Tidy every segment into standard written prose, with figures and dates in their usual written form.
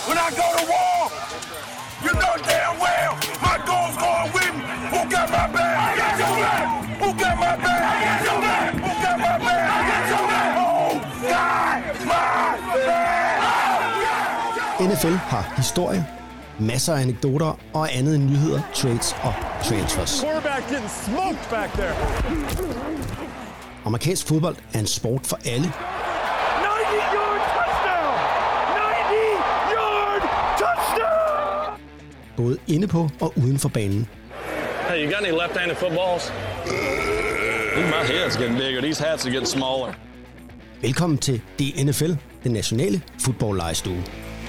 when I go to war. You know damn well my goal's going with me. Who got my back? I got your back. Who got my back? I got your back. Who got my back? I got your back. Oh, God, my back. NFL har historie, masser af anekdoter og andet end nyheder, trades og transfers. Quarterback getting smoked back there. Amerikansk fodbold er en sport for alle. 90-yard touchdown! 90-yard touchdown! Både inde på og uden for banen. Hey, you got any left-handed footballs? My head's getting bigger. These hats are getting smaller. Velkommen til DNFL, den nationale fodboldlejestue.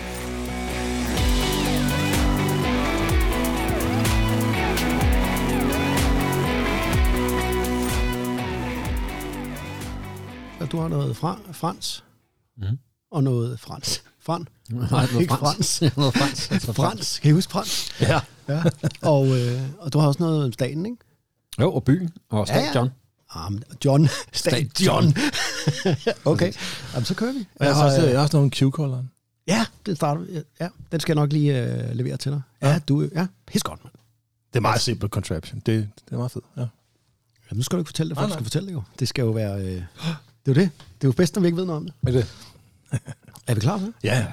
Du har noget Frans og noget Frans. Ikke Frans. Noget Frans. Frans. Kan I huske Frans? Ja. Og du har også noget om staten, ikke? Jo, og byen og stadion. John. Stadion. Okay, jamen, så kører vi. Jeg har også nogle Q-calleren. Ja, det starter vi. Ja, den skal jeg nok lige levere til dig. Ja, pis godt, mand. Det er meget simpelt contraption. Det er meget fedt, ja. Jamen, nu skal du ikke fortælle det, folk skal fortælle det jo. Det skal jo være... det er jo det. Det er jo bedst, når vi ikke ved noget om det. Er det? Er vi klar så? Ja.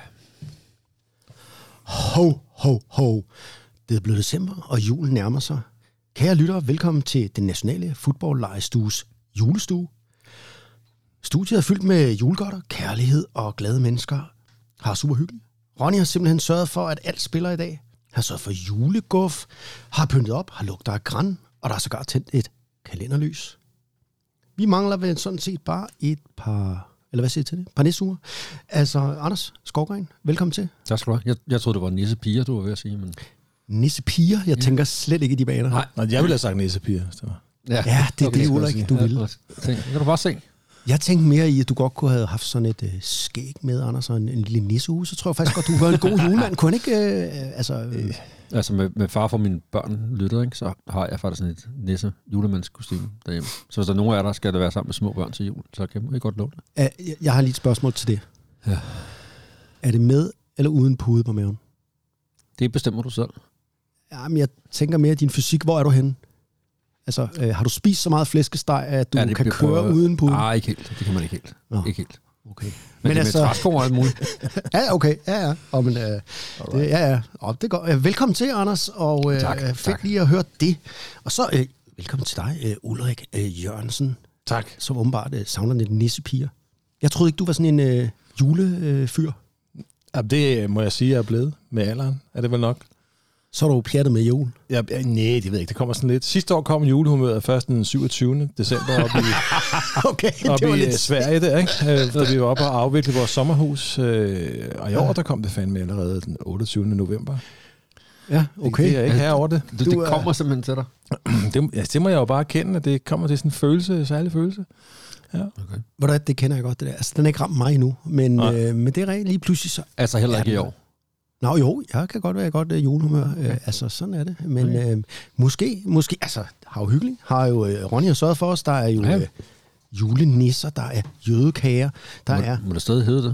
Ho, ho, ho. Det er blevet december, og julen nærmer sig. Kære lyttere, velkommen til den nationale fodboldlejestues julestue. Studiet er fyldt med julegodter, kærlighed og glade mennesker. Har super hyggeligt. Ronny har simpelthen sørget for, at alt spiller i dag. Har sørget for juleguff, har pyntet op, har lugter af gran, og der er sågar tændt et kalenderlys. Vi mangler vel sådan set bare et par... Eller hvad siger du til det? Par næstuer. Altså, Anders Skovgren, velkommen til. Tak skal du have. Jeg troede, det var nissepiger, du var ved at sige. Men... Nissepiger? Jeg tænker slet ikke i de baner. Nej, jeg ville have sagt nissepiger. Ja, det er det, Ulrik, du ville. Det kan du bare se. Jeg tænkte mere i, at du godt kunne have haft sådan et skæg med, Anders, og en lille nissehue. Så tror jeg faktisk godt, du var en god julemand. Kunne ikke... Altså med far for mine børn lytter, ikke, så har jeg faktisk sådan et nisse-julemandskostyme derhjemme. Så hvis der er nogen af jer, der skal være sammen med små børn til jul, så kan jeg godt love det. Jeg har lige et spørgsmål til det. Ja. Er det med eller uden pude på maven? Det bestemmer du selv. Jamen, jeg tænker mere din fysik. Hvor er du henne? Altså, har du spist så meget flæskesteg, at du kan køre uden pude? Nej, ikke helt. Det kan man ikke helt. Nå. Ikke helt. Okay. Men altså... med træsko og alt muligt. Ja, okay. Ja. Og, men, Og det går. Velkommen til, Anders. Og fedt lige at høre det. Og så velkommen til dig, Ulrik Jørgensen. Tak. Som åbenbart savner lidt nissepiger. Jeg troede ikke, du var sådan en julefyr. Ja, det må jeg sige, jeg er blevet med alderen. Er det vel nok? Så er du pjattet med jul? Nej, det ved jeg ikke. Det kommer sådan lidt. Sidste år kom julehumøret først den 27. december op i, okay, op i lidt Sverige, der, ikke? Da vi var oppe og afvikle vores sommerhus. Og i år, der kom det fandme allerede den 28. november. Ja, okay. Det er ikke her over det. Det kommer simpelthen til dig. Det må jeg jo bare kende, at det kommer til sådan en følelse, særlig følelse. Ja. Okay. Det kender jeg godt, det der. Altså, den er ikke ramt mig endnu, men det er rent lige pludselig så... Altså heller ikke i år. Nå jo, jeg kan godt være godt julehumør. Altså, sådan er det. Men måske, altså, har jo hyggeligt. Har jo Ronny har sørget for os. Der er jo julenisser, der er jødekager. Må det stadig hedde det?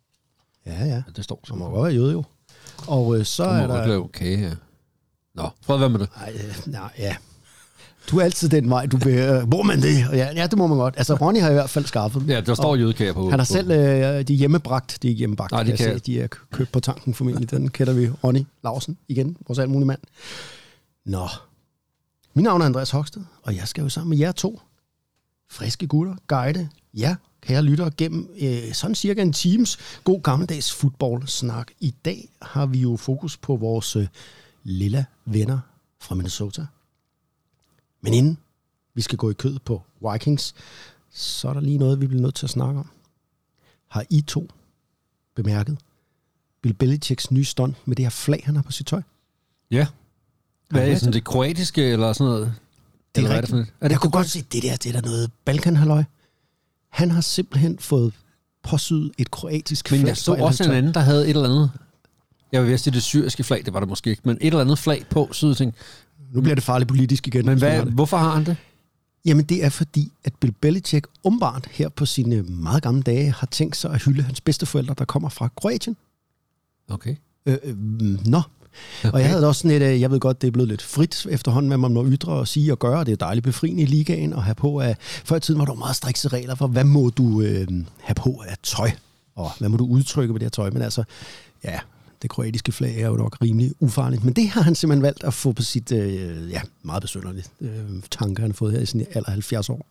Ja. Det står så. Det må godt være jøde jo. Og så er der... lave kage her. Nå, prøv at være med det. Nej, ja. Du er altid den vej, du vil... Må man det? Ja, det må man godt. Altså, Ronny har i hvert fald skaffet dem. Ja, der står jødekager på. Han har selv de hjemmebragt. De er ikke hjemmebagt. Nej, de er købt på tanken formentlig. Den kender vi. Ronny Larsen igen. Vores alt mulige mand. Nå. Mit navn er Andreas Hogsted, og jeg skal jo sammen med jer to friske gutter guide jer, kære lyttere, gennem sådan cirka en times god gammeldags fodboldsnak. I dag har vi jo fokus på vores lilla venner fra Minnesota. Men inden vi skal gå i kød på Vikings, så er der lige noget, vi bliver nødt til at snakke om. Har I to bemærket Bill Belichicks nye stunt med det her flag, han har på sit tøj? Ja. Hvad er det? Sådan det kroatiske eller sådan noget? Det er rigtigt. Jeg kunne godt se, det er der noget Balkan-halløj. Han har simpelthen fået påsyet et kroatisk flag. Men jeg så også en anden, der havde et eller andet. Jeg vil sige det syriske flag, det var det måske ikke, men et eller andet flag på syd. Nu bliver det farligt politisk igen. Men hvorfor har han det? Jamen det er fordi, at Bill Belichick åbenbart her på sine meget gamle dage har tænkt sig at hylde hans bedsteforældre, der kommer fra Kroatien. Okay. Nå. Og jeg havde da også sådan et, jeg ved godt, det er blevet lidt frit efterhånden, hvad man må ytre og sige og gøre. Det er dejligt befriende i ligaen at have på. Før i tiden var der meget strikse regler for, hvad må du have på af tøj, og hvad må du udtrykke med det her tøj. Men altså, ja, det kroatiske flag er jo nok rimelig ufarligt. Men det har han simpelthen valgt at få på sit, meget besynderligt tanker, han har fået her i sin alder 70 år.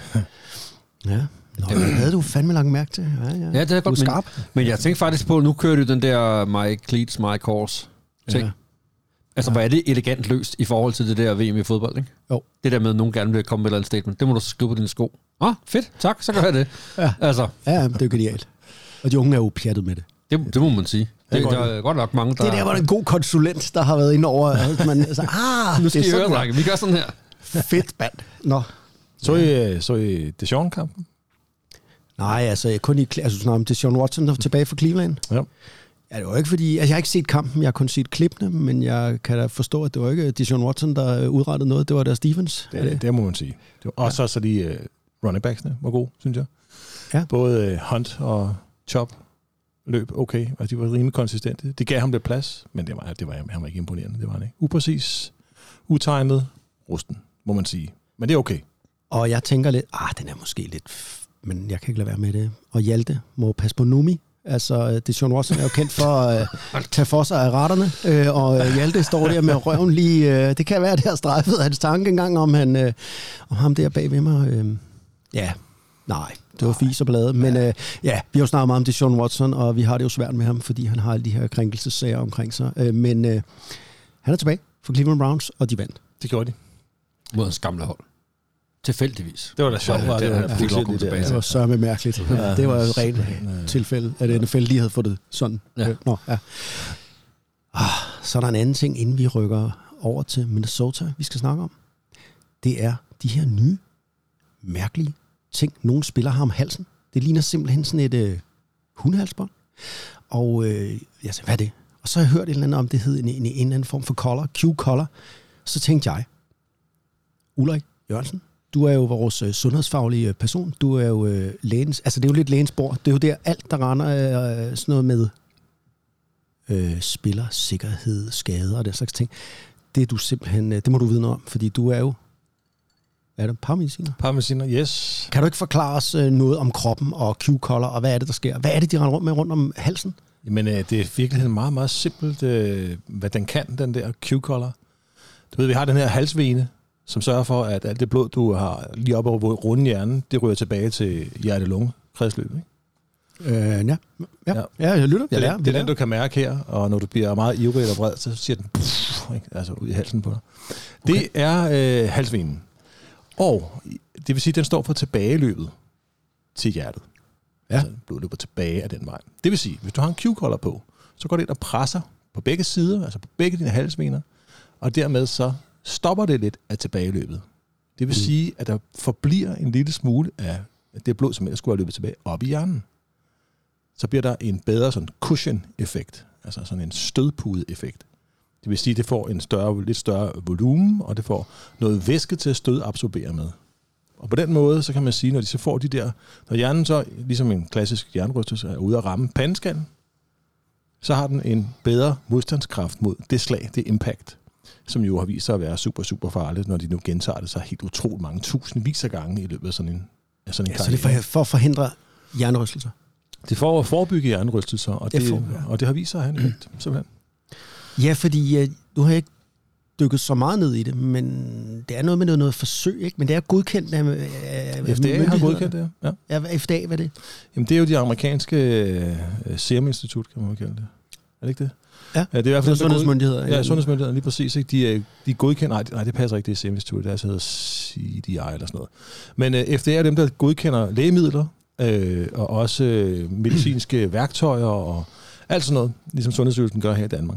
Ja. Nå, det havde du fandme lagt mærke til. Ja, det er godt. Skarp. Men jeg tænkte faktisk på, nu kører du den der My Cleats, My Course ting. Ja. Altså, hvor er det elegant løst i forhold til det der VM i fodbold, ikke? Jo. Det der med, at nogen gerne vil komme med et eller andet statement. Det må du så skrive på dine sko. Fedt, tak, så gør jeg det. Ja, altså. Ja, det er jo genialt. Og de unge er jo pjattet med det. Det må man sige. Der er godt nok mange, der... Det der var en god konsulent, der har været inde over. At man, altså, nu skal I høre, drenge. Vi gør sådan her. Fedt, mand. Nå. Så I Deshaun-kampen? Nej, altså kun i... Altså, snakker om Deshaun Watson, der er tilbage fra Cleveland. Ja. Ja, det var ikke fordi... Altså, jeg har ikke set kampen, jeg har kun set klippene, men jeg kan da forstå, at det var ikke Deshaun Watson, der udrettede noget. Det var deres defense. Det må man sige. Og så de running backsene var gode, synes jeg. Ja. Både Hunt og Chop løb okay, og de var rimelig konsistente. Det gav ham lidt plads, men han var ikke imponerende. Det var han ikke. Upræcis, utimet, rusten, må man sige. Men det er okay. Og jeg tænker lidt, den er måske lidt... Men jeg kan ikke lade være med det. Og Hjalte må passe på Numi. Altså, Deshaun Watson er jo kendt for at tage for sig af retterne, og Hjalte står der med røven lige... det kan være, det har strejfet hans tanke engang om ham der bag ved mig. Nej, det var fis og blade. Men vi har jo snakket meget om Deshaun Watson, og vi har det jo svært med ham, fordi han har alle de her krænkelsessager omkring sig. Men han er tilbage for Cleveland Browns, og de vandt. Det gjorde de. Mod hans gamle hold. Tilfældigvis. Det var da sjovt. Det var sørme mærkeligt. Ja. Det var et rent tilfælde, at NFL lige havde fået det sådan. Ja. Så er der en anden ting, inden vi rykker over til Minnesota, vi skal snakke om. Det er de her nye, mærkelige ting. Nogle spiller har om halsen. Det ligner simpelthen sådan et hundehalsbånd. Og jeg sagde, hvad er det? Og så har jeg hørt et eller andet om, det hed en eller anden form for collar, Q-collar. Så tænkte jeg, Ulrik Jørgensen, du er jo vores sundhedsfaglige person. Du er jo lægens... Altså, det er jo lidt lægens bord. Det er jo der alt, der render sådan noget med spiller, sikkerhed, skader og den slags ting. Det er du simpelthen... Det må du vide noget om, fordi du er jo... Er det paramediciner? Paramediciner, yes. Kan du ikke forklare os noget om kroppen og Q-collar, og hvad er det, der sker? Hvad er det, de render rundt med rundt om halsen? Jamen, det er virkelig meget, meget simpelt, hvad den kan, den der Q-collar. Du ved, vi har den her halsvene, som sørger for, at alt det blod, du har lige oppe over runde hjernen, det ryger tilbage til hjerte-lunge-kredsløbet, ikke? Ja, jeg lytter. Det er den, du kan mærke her, og når du bliver meget ivrig eller vred, så siger den ikke? Altså ud i halsen på dig. Okay. Det er halsvenen. Og det vil sige, at den står for tilbageløbet til hjertet. Ja. Altså blodet løber tilbage af den vej. Det vil sige, hvis du har en Q-collar på, så går det ind og presser på begge sider, altså på begge dine halsvener, og dermed så stopper det lidt af tilbageløbet. Det vil sige, at der forbliver en lille smule af det blod, som ellers skulle have løbet tilbage, op i hjernen. Så bliver der en bedre sådan cushion-effekt, altså sådan en stødpude-effekt. Det vil sige, at det får en lidt større volumen, og det får noget væske til at stødabsorbere med. Og på den måde, så kan man sige, når de så får de der, når hjernen så, ligesom en klassisk hjernerystelse, er ude at ramme pandeskallen, så har den en bedre modstandskraft mod det slag, det impact, som jo har vist sig at være super, super farligt, når de nu gentager det så helt utroligt mange tusindvis af gange i løbet af sådan en karriere. Så det er for at forhindre hjernerystelser? Det er for at forebygge hjernerystelser, og det har vist sig at have en effekt, simpelthen. Ja, fordi nu har jeg ikke dykket så meget ned i det, men det er noget med noget forsøg, ikke? Men det er godkendt af FDA har godkendt det, ja. Ja, FDA, hvad er det? Jamen, det er jo de amerikanske Serum Institut, kan man kalde det. Er det ikke det? Ja, det er i hvert fald sundhedsmyndigheder. Ja, sundhedsmyndigheder, lige præcis. Ikke? De godkender... Nej, det passer ikke, det er Serum Institut. Det er hedder CDI eller sådan noget. Men FDA er dem, der godkender lægemidler, og også medicinske værktøjer og alt sådan noget, ligesom Sundhedsstyrelsen gør her i Danmark.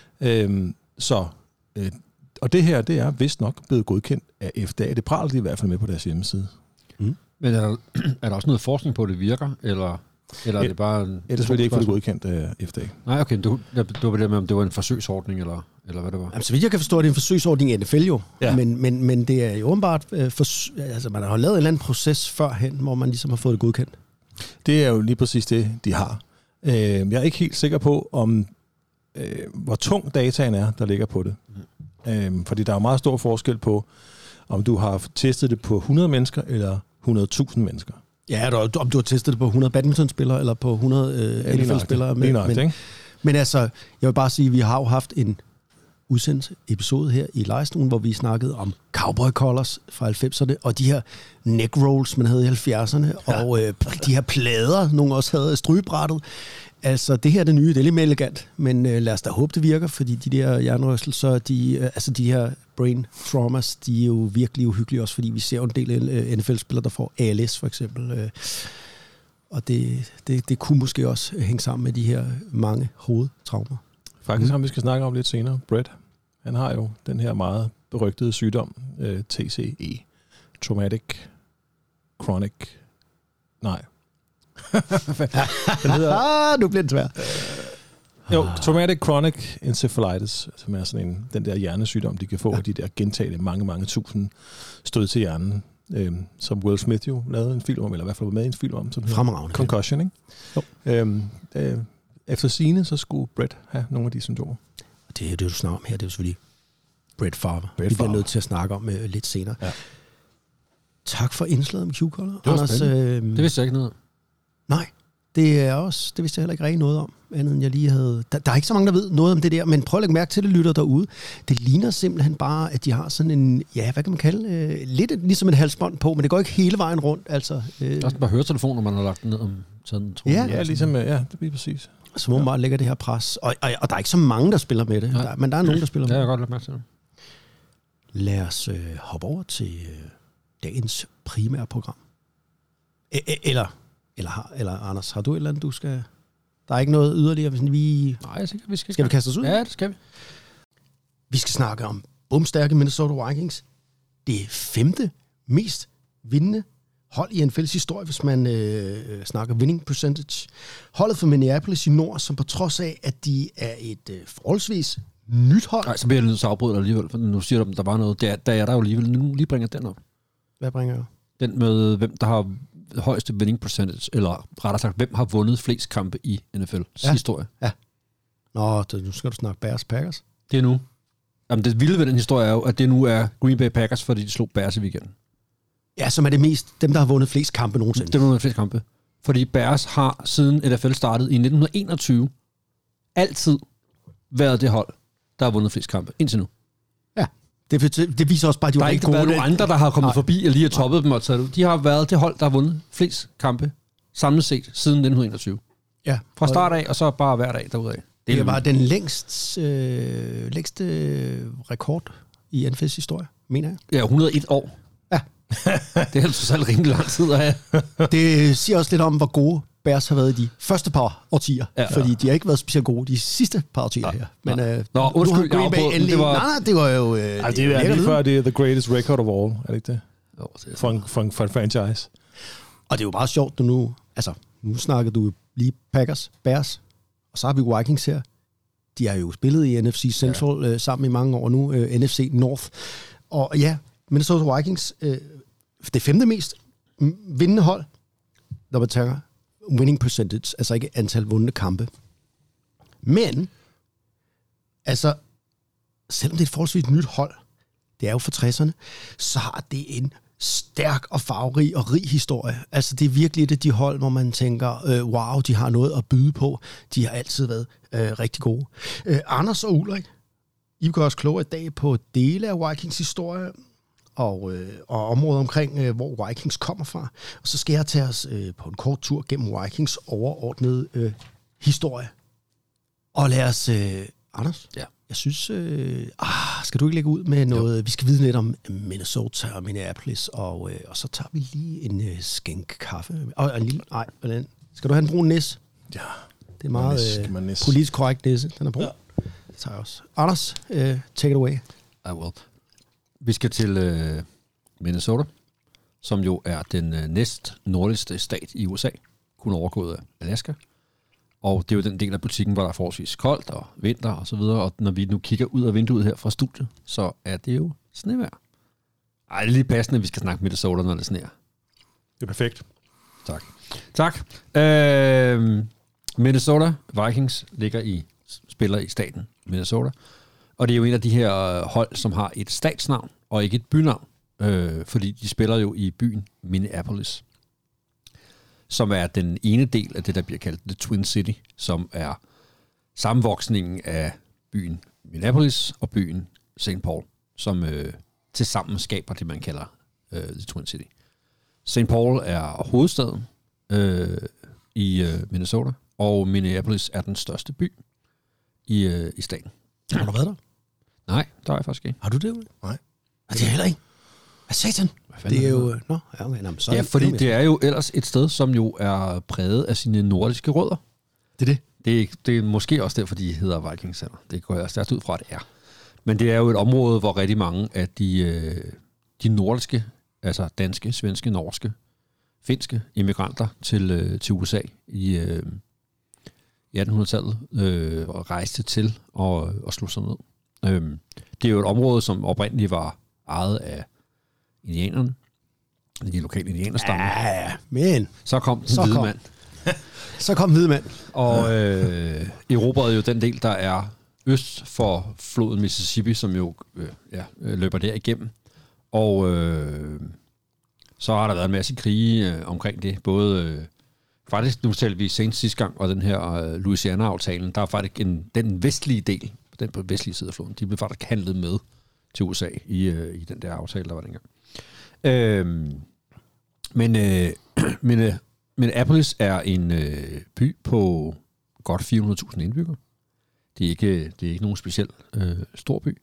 Og det her, det er vist nok blevet godkendt af FDA. Det praler de i hvert fald med på deres hjemmeside. Mm. Men er der også noget forskning på, at det virker, eller er det bare... Ellers ville det ikke få det godkendt af FDA. Nej, okay. Du var det med, om det var en forsøgsordning, eller hvad det var? Jamen, så vidt jeg kan forstå, at det er en forsøgsordning i NFL jo. Ja. Men det er jo åbenbart... altså, man har lavet en eller anden proces førhen, hvor man ligesom har fået det godkendt. Det er jo lige præcis det, de har. Jeg er ikke helt sikker på, om hvor tung dataen er, der ligger på det. Fordi der er meget stor forskel på, om du har testet det på 100 mennesker eller 100.000 mennesker. Ja, om du har testet det på 100 badmintonspillere eller på 100 NFL-spillere. Men altså, jeg vil bare sige, at vi har jo haft en episode her i Lejestuen, hvor vi snakkede om cowboy collars fra 90'erne, og de her neck rolls, man havde i 70'erne, og de her plader, nogle også havde strygebrættet. Altså, det her er det nye, det er lidt mere elegant, men lad os da håbe, det virker, fordi de der hjernerystelser, de her brain traumas, de er jo virkelig uhyggelige også, fordi vi ser jo en del NFL-spillere, der får ALS for eksempel. Og det kunne måske også hænge sammen med de her mange hovedtraumer. Faktisk ham, vi skal snakke om lidt senere. Brett, han har jo den her meget berygtede sygdom, TCE. Traumatic Chronic... Nej. Den hedder... nu bliver det svært. Traumatic Chronic Encephalitis, som er sådan den der hjernesygdom, de kan få, de der gentagende mange tusind stød til hjernen, som Will Smith jo lavede en film om, eller i hvert fald var med i en film om, som fremragende Concussion, ikke? Efter sigende, så skulle Brett have nogle af de symptomer. Og det er det, du snakker om her, det er jo selvfølgelig Brett Favre. Vi bliver nødt til at snakke om lidt senere. Ja. Tak for indslaget med Q-Collar. Det var Anders, det vidste jeg ikke noget om. Nej, det vidste jeg heller ikke rigtig noget om, andet end jeg lige havde... Der er ikke så mange, der ved noget om det der, men prøv at lægge mærke til det, lytter derude. Det ligner simpelthen bare, at de har sådan en, hvad kan man kalde, lidt ligesom en halsbånd på, men det går ikke hele vejen rundt, altså. Også bare høretelefoner, når man har lagt den ned om sådan, tror jeg. Ja, ligesom, det bliver præcis. Så må man bare lægge det her pres. Og der er ikke så mange, der spiller med det, men der er nogen, der spiller med det. Ja, jeg har godt lagt mærke til det. Lad os hoppe over til dagens primære program. Eller Anders, har du et eller andet, du skal... Der er ikke noget yderligere, hvis vi... Nej, vi skal vi kaste os ud? Ja, det skal vi. Vi skal snakke om bumstærke Minnesota Vikings. Det 5. mest vindende hold i NFL's historie, hvis man snakker winning percentage. Holdet for Minneapolis i nord, som på trods af, at de er et forholdsvis nyt hold... Nej, så bliver jeg nødt til at afbryde dig alligevel, for nu siger du, at der var noget. Der er der jo alligevel. Nu lige bringer den op. Hvad bringer jeg? Den med, hvem der har højeste winning percentage, eller rettere sagt, hvem har vundet flest kampe i NFL's historie. Ja. Nå, nu skal du snakke Bears Packers. Det er nu. Jamen, det vilde ved den historie er jo, at det nu er Green Bay Packers, fordi de slog Bears i weekenden. Ja, som er det mest, dem der har vundet flest kampe nogensinde. Dem der har vundet flest kampe. Fordi Bears har siden NFL startede i 1921 altid været det hold, der har vundet flest kampe indtil nu. Ja, det viser også bare, at de var rigtig gode. Der er ikke været nogen andre, der har kommet forbi og lige har toppet dem og taget ud. De har været det hold, der har vundet flest kampe samlet set siden 1921. Ja. Fra start af, og så bare hver dag derudad. Det var den længste rekord i NFL's historie, mener jeg. Ja, 101 år. Ja. Det er altså selv rimelig lang tid at have. Det siger også lidt om, hvor gode Bears har været i de første par årtier. Ja. Fordi de har ikke været specielt gode de sidste par årtier her. Men undskyld, Green Bay endelig... det var jo... det er lige før, det er the greatest record of all, er det ikke det? Jo, det er for en franchise. Og det er jo bare sjovt, nu snakker du lige Packers, Bears, og så har vi Vikings her. De har jo spillet i NFC Central sammen i mange år nu, NFC North. Og ja, Minnesota Vikings, det 5. mest vindende hold, når man tager winning percentage, altså ikke antal vundne kampe. Men, altså, selvom det er et forholdsvis nyt hold, det er jo fra 60'erne, så har det en stærk og farverig og rig historie. Altså, det er virkelig det de hold, hvor man tænker, wow, de har noget at byde på. De har altid været rigtig gode. Anders og Ulrik, I kan også kloge i dag på dele af Vikings historie, og områder omkring, hvor Vikings kommer fra. Og så skal jeg tage os på en kort tur gennem Vikings overordnede historie. Og lad os... Anders? Ja. Jeg synes... skal du ikke lægge ud med noget... Jo. Vi skal vide lidt om Minnesota og Minneapolis, og så tager vi lige en skænk kaffe. Og en lille... Nej, hvordan? Skal du have en brun næse? Ja. Det er meget politisk korrekt næse. Den er brun. Ja. Det tager jeg også. Anders, take it away. I will. Vi skal til Minnesota, som jo er den næst nordligste stat i USA, kun overgået af Alaska. Og det er jo den del af butikken, hvor der er forholdsvis koldt og vinter og så videre. Og når vi nu kigger ud af vinduet her fra studiet, så er det jo snevejr. Ej, det er lige passende, at vi skal snakke Minnesota, når det sneer. Det er perfekt. Tak. Minnesota Vikings ligger i spiller i staten Minnesota. Og det er jo en af de her hold, som har et statsnavn og ikke et bynavn, fordi de spiller jo i byen Minneapolis, som er den ene del af det, der bliver kaldt The Twin City, som er sammenvoksningen af byen Minneapolis og byen St. Paul, som tilsammen skaber det, man kalder The Twin City. St. Paul er hovedstaden i Minnesota, og Minneapolis er den største by i staten. Har du været der? Nej, der er jeg faktisk ikke. Har du det? Nej. Det er heller ikke. Hvad satan? Det er jo... Nå, ja, okay, så ja, fordi det er jo ellers et sted, som jo er præget af sine nordiske rødder. Det er det. Det er måske også derfor, de hedder Vikings Center. Det går jeg stærkt ud fra, at det er. Men det er jo et område, hvor rigtig mange af de nordiske, altså danske, svenske, norske, finske immigranter til USA i 1800-tallet rejste til og slog sig ned. Det er jo et område, som oprindeligt var ejet af indianerne, de lokale indianerstammer. Ja, men... Så kom den hvide mand. Så kom hvide mand. Og erobrede jo den del, der er øst for floden Mississippi, som jo løber der igennem. Og så har der været en masse krige omkring det. Både, faktisk, nu talte vi senest sidste gang, og den her Louisiana-aftalen, der er faktisk den vestlige del, den på vestlige side af floden, de blev faktisk handlet med til USA i den der aftale, der var dengang. Men Minneapolis er en by på godt 400.000 indbyggere. Det er ikke nogen speciel stor by.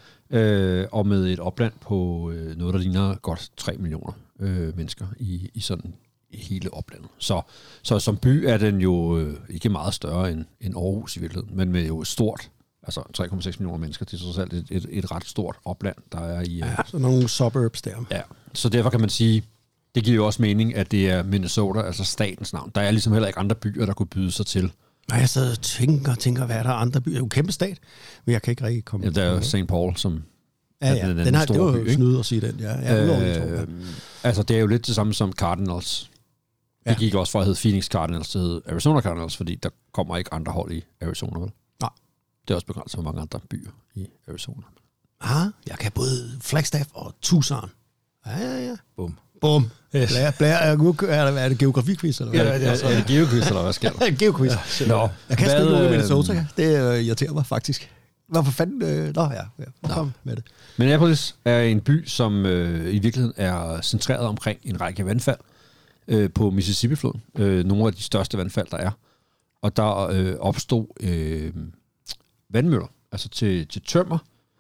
Og med et opland på noget, der ligner godt 3 millioner mennesker i sådan hele oplandet. Så som by er den jo ikke meget større end Aarhus i virkeligheden, men med jo stort, altså 3,6 millioner mennesker, det er trods alt et ret stort opland, der er i... Ja, så nogle suburbs der. Ja, så derfor kan man sige, det giver jo også mening, at det er Minnesota, altså statens navn. Der er ligesom heller ikke andre byer, der kunne byde sig til. Nej, jeg sidder og tænker, hvad er der andre byer? Det er jo en kæmpe stat, men jeg kan ikke rigtig komme... Ja, der er St. Paul, som ja. Den har, det var jo snyde at sige den, ja. Altså, det er jo lidt det samme som Cardinals. Det gik også fra at hedde Phoenix Cardinals til at hedde Arizona Cardinals, fordi der kommer ikke andre hold i Arizona, vel? Nej. Det er også begrænset for mange andre byer i Arizona. Jeg kan både Flagstaff og Tucson. Ja. Bum. Yes. Er det geografikquiz, eller hvad? Ja, er det geoquiz, eller hvad sker der? Geoquiz. Nå. Jeg kan sgu ikke Minnesota. Det irriterer mig faktisk. Hvorfor fanden? Kom med det. Minneapolis er en by, som i virkeligheden er centreret omkring en række vandfald på Mississippi-floden. Nogle af de største vandfald, der er. Og der opstod vandmøller, altså til tømmer,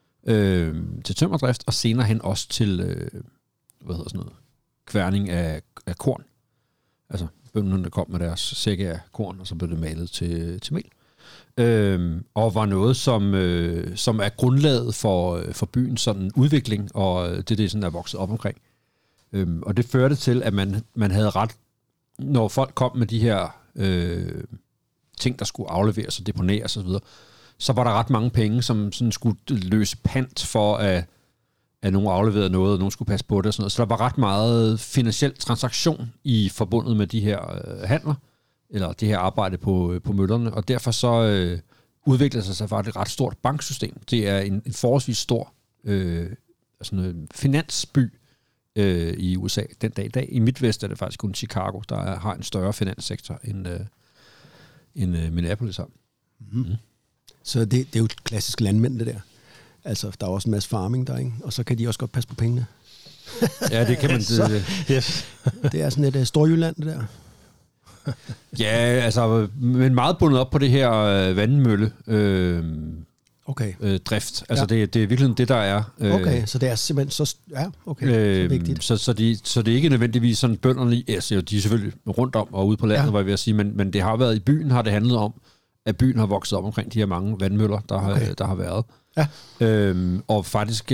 til tømmerdrift, og senere hen også til, kværning af korn. Altså bønderne kom med deres sække af korn, og så blev det malet til mel. Og var noget, som er grundlaget for byens sådan udvikling, og det sådan er vokset op omkring. Og det førte til, at man havde ret, når folk kom med de her ting, der skulle afleveres og deponeres osv., så var der ret mange penge, som sådan skulle løse pant for, at nogen afleverede noget, og nogen skulle passe på det og sådan noget. Så der var ret meget finansiel transaktion i forbundet med de her handler, eller det her arbejde på møllerne, og derfor så udviklede sig faktisk et ret stort banksystem. Det er en forholdsvis stor finansby i USA den dag i dag. I Midtvest er det faktisk kun Chicago, der har en større finanssektor end Minneapolis har. Mm-hmm. Så det er jo et klassisk landmænd, det der. Altså, der er også en masse farming der, ikke? Og så kan de også godt passe på pengene. Ja, det kan man... Det er sådan et Storjylland, det der. Ja, altså, men meget bundet op på det her vandmølle drift. Altså, det er virkelig det, der er... Okay, så det er simpelthen så... Ja, okay, så vigtigt. Så det er ikke nødvendigvis sådan bønderne... Altså, de er selvfølgelig rundt om og ude på landet, var jeg ved at sige, men det har været i byen, har det handlet om, at byen har vokset op omkring de her mange vandmøller, der har været. Ja. Og faktisk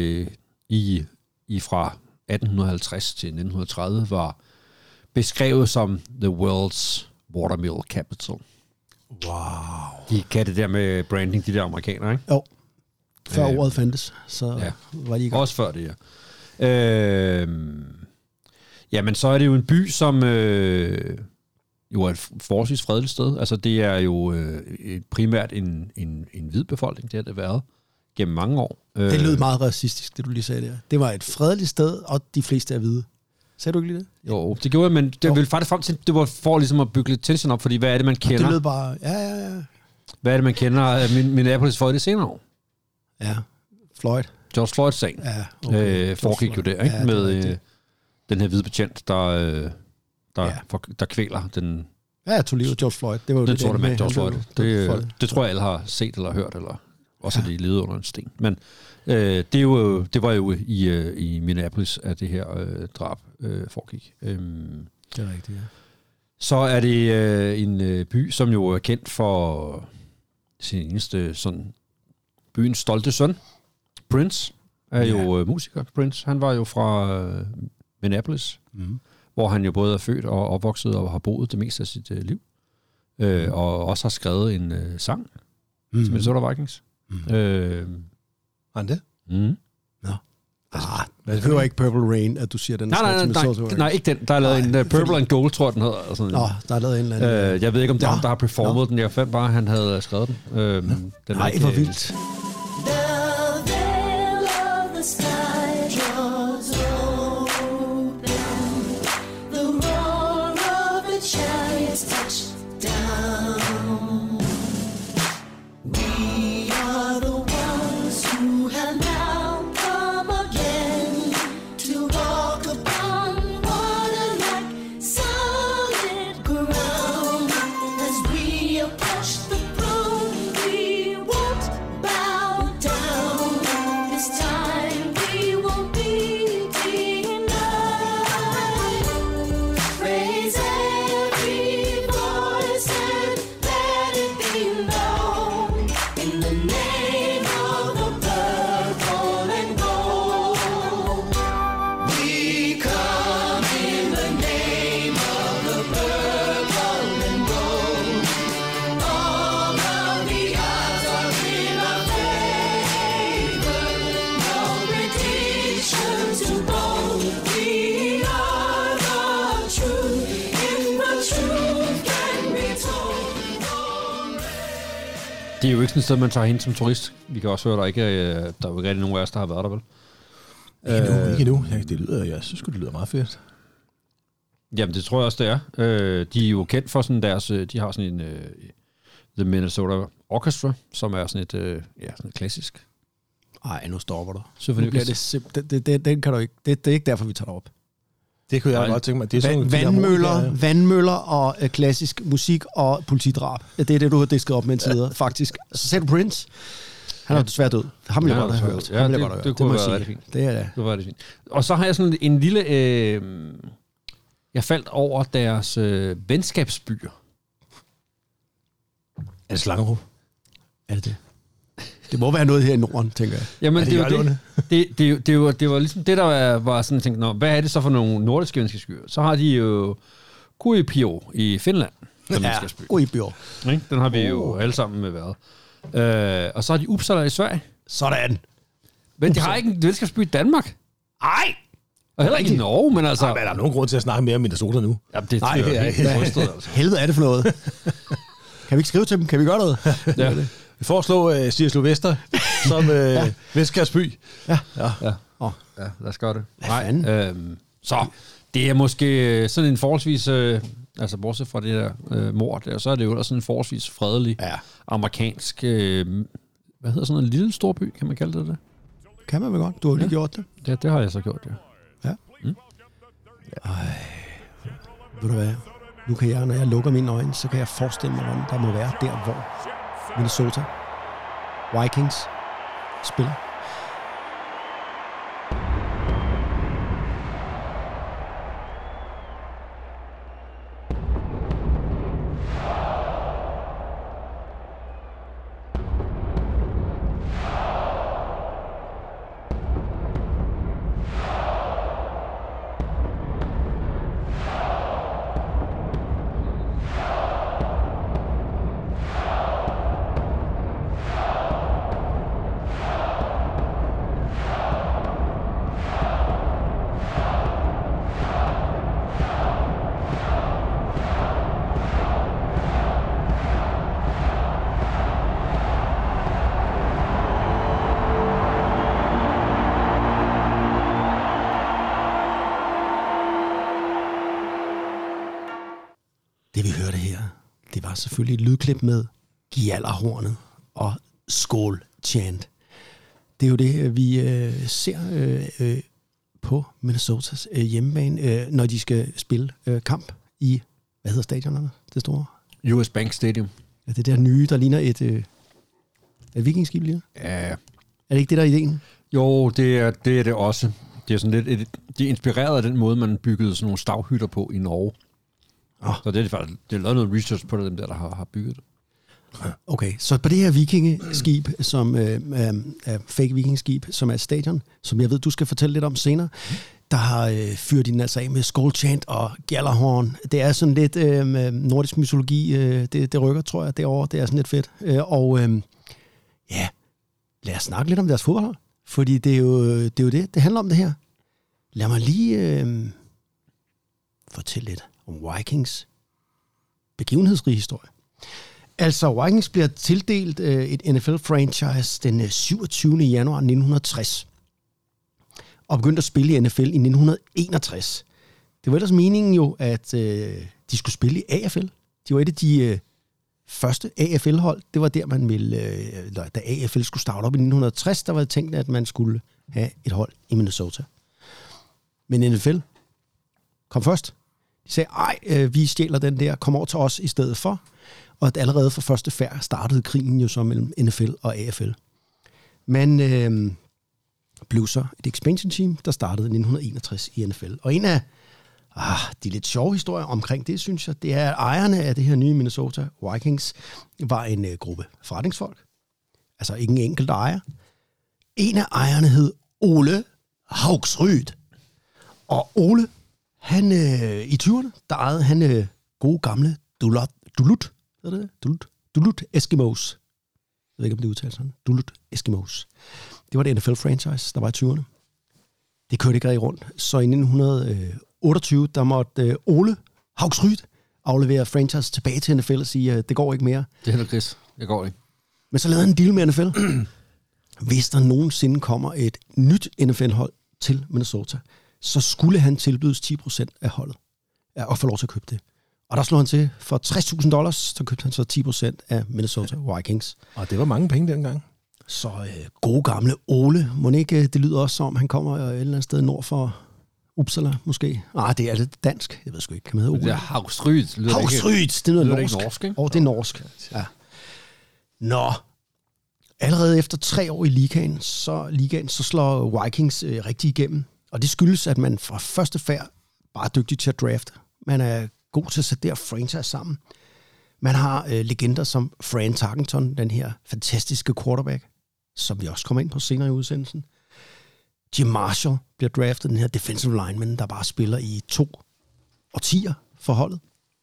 fra 1850 til 1930 var beskrevet som the world's watermill capital. Wow. De kan det der med branding, de der amerikanere, ikke? Jo. Før ordet fandtes, så var de i gang. Også før det, ja. Jamen, så er det jo en by, som jo er et forholdsvis fredeligt sted. Altså, det er jo primært en hvid befolkning, det har det været gennem mange år. Det lød meget racistisk, det du lige sagde der. Det var et fredeligt sted, og de fleste er hvide. Sagde du ikke lige det? Jo, det gjorde jeg, men det ville faktisk frem til, det var for ligesom at bygge lidt tension op, fordi hvad er det, man kender? Det lød bare, ja. Hvad er det, man kender af Minneapolis for det senere år? Ja, Floyd. George Floyd-sagen foregik jo der, ikke? Ja, med den her hvide betjent, der kvæler den... Ja, jeg tog livet af George Floyd. Det var jo den det sorte mand, George Floyd. Det tror jeg, alle har set eller hørt, eller også de levede under en sten. Men det var jo i Minneapolis, at det her drab foregik. Det er rigtigt, ja. Så er det en by, som jo er kendt for sin eneste sådan byens stolte søn. Prince er jo musiker. Prince, han var jo fra Minneapolis, hvor han jo både er født og opvokset og har boet det meste af sit liv. Og også har skrevet en sang til Minnesota Vikings. Har han det? Nå. Det hører ikke Purple Rain, at du siger den. Nej, ikke den. Der er lavet en Purple and Gold, tror jeg, den hedder. Sådan. Nå, der er lavet en eller anden. Jeg ved ikke, om det er ham, der har performet den. Jeg fandt bare, at han havde skrevet den. Nej, hvor vildt. Det er jo ikke sådan et sted, man tager hen som turist. Vi kan også høre, der er jo ikke rigtig nogen af os, der har været der, vel? Ikke nu. Jeg synes det lyder meget fedt. Jamen, det tror jeg også, det er. De er jo kendt for sådan deres... De har sådan en... The Minnesota Orchestra, som er sådan et klassisk. Ej, nu stopper du. Den kan du ikke. Det er ikke derfor, vi tager det op. Det kunne jeg godt tænke mig. Det er vandmøller og klassisk musik og politidrab. Det er det, du har disket op med en tider, faktisk. Så sagde du Prince. Han er desværre død. Ham vil jeg godt have hørt. Ja, det kunne være rigtig fint. Det var rigtig fint. Og så har jeg sådan en lille... jeg faldt over deres venskabsbyer. Er det Slangerup? Er det det? Det må være noget her i Norden, tænker jeg. Jamen, det var ligesom det, der var sådan, tænkte, hvad er det så for nogle nordiske venskabsbyer? Så har de jo Kuopio i Finland. Kuopio. Den har vi jo alle sammen med været. Og så har de Uppsala i Sverige. Sådan. Men de har ikke en venskabsby i Danmark. Ej! Og heller ikke i Norge, men altså... Men er der nogen grund til at snakke mere om Minnesota nu? Jamen, det er helt rystet, altså. Helvede er det for noget? Kan vi ikke skrive til dem? Kan vi gøre noget? Ja. Vi foreslår Sirslev Vester som Vestkærsby. Ja, lad os gøre det. Nej, så det er måske sådan en forholdsvis, altså bortset fra det der mord der, så er det jo sådan en forholdsvis fredelig amerikansk, hvad hedder sådan en lille storby, kan man kalde det? Kan man vel godt? Du har lige gjort det. Ja, det har jeg så gjort, ja. Ved du hvad? Nu kan jeg, når jeg lukker mine øjne, så kan jeg forestille mig, hvordan der må være der, hvor Minnesota Vikings spiller. der er selvfølgelig et lydklip med Gjallarhornet og Skål Chant. Det er jo det, vi ser på Minnesotas hjemmebane, når de skal spille kamp i, hvad hedder stadionerne, det store? US Bank Stadium. Ja, det der nye, der ligner et vikingskib lige. Ja. Er det ikke det, der er ideen? Jo, det er det også. Det er sådan lidt det er inspireret af den måde, man byggede sådan nogle stavhytter på i Norge. Så det er faktisk, det er lavet noget research på dem der har bygget det. Okay, så på det her vikingeskib, som er fake vikingskib, som er et stadion, som jeg ved, du skal fortælle lidt om senere, der har fyret de den altså af med Skål Chant og Gjallarhorn. Det er sådan lidt nordisk mytologi, det rykker, tror jeg, derovre. Det er sådan lidt fedt. Lad os snakke lidt om deres fodboldhold, fordi det er jo det handler om det her. Lad mig lige fortælle lidt om Vikings begivenhedsrige historie. Altså, Vikings bliver tildelt et NFL-franchise den 27. januar 1960, og begyndte at spille i NFL i 1961. Det var ellers meningen jo, at de skulle spille i AFL. De var et af de første AFL-hold. Det var der, man ville, da AFL skulle starte op i 1960, der var det tænkt, at man skulle have et hold i Minnesota. Men NFL kom først. De sagde, vi stjæler den der, kom over til os i stedet for. Og at allerede fra første færd startede krigen jo så mellem NFL og AFL. Man blev så et expansion team, der startede i 1961 i NFL. Og en af de lidt sjove historier omkring det, synes jeg, det er, at ejerne af det her nye Minnesota Vikings var en gruppe forretningsfolk. Altså ikke en enkelt ejer. En af ejerne hed Ole Haugsryd. Og Ole, han i 20'erne, der ejede han gode gamle Duluth. Duluth Eskimos. Jeg ved ikke, om det udtales sådan. Duluth Eskimos. Det var det NFL-franchise, der var i 20'erne. Det kørte ikke rigtig rundt. Så i 1928, der måtte Ole Haugsryd aflevere franchise tilbage til NFL og sige, det går ikke mere. Det er helt gris. Det går ikke. Men så lavede han en deal med NFL. Hvis der nogensinde kommer et nyt NFL-hold til Minnesota, så skulle han tilbydes 10% af holdet og få lov til at købe det. Og der slog han til for $60,000, så købte han så 10% af Minnesota Vikings. Og det var mange penge dengang. Så gode gamle Ole, må ikke, det lyder også som, han kommer et eller andet sted nord for Uppsala, måske. Det er lidt dansk, jeg ved sgu ikke, kan man hedde Ole? Det er Haugsryd. Haugsryd, det er noget norsk. Det norsk, ikke? Det er norsk, ja. Nå, allerede efter 3 år i ligaen, så slår Vikings rigtig igennem. Og det skyldes, at man fra første færd bare er dygtig til at drafte. Man er god til at sætte der franchise sammen. Man har legender som Fran Tarkenton, den her fantastiske quarterback, som vi også kommer ind på senere i udsendelsen. Jim Marshall bliver draftet, den her defensive lineman, der bare spiller i 2 årtier for holdet.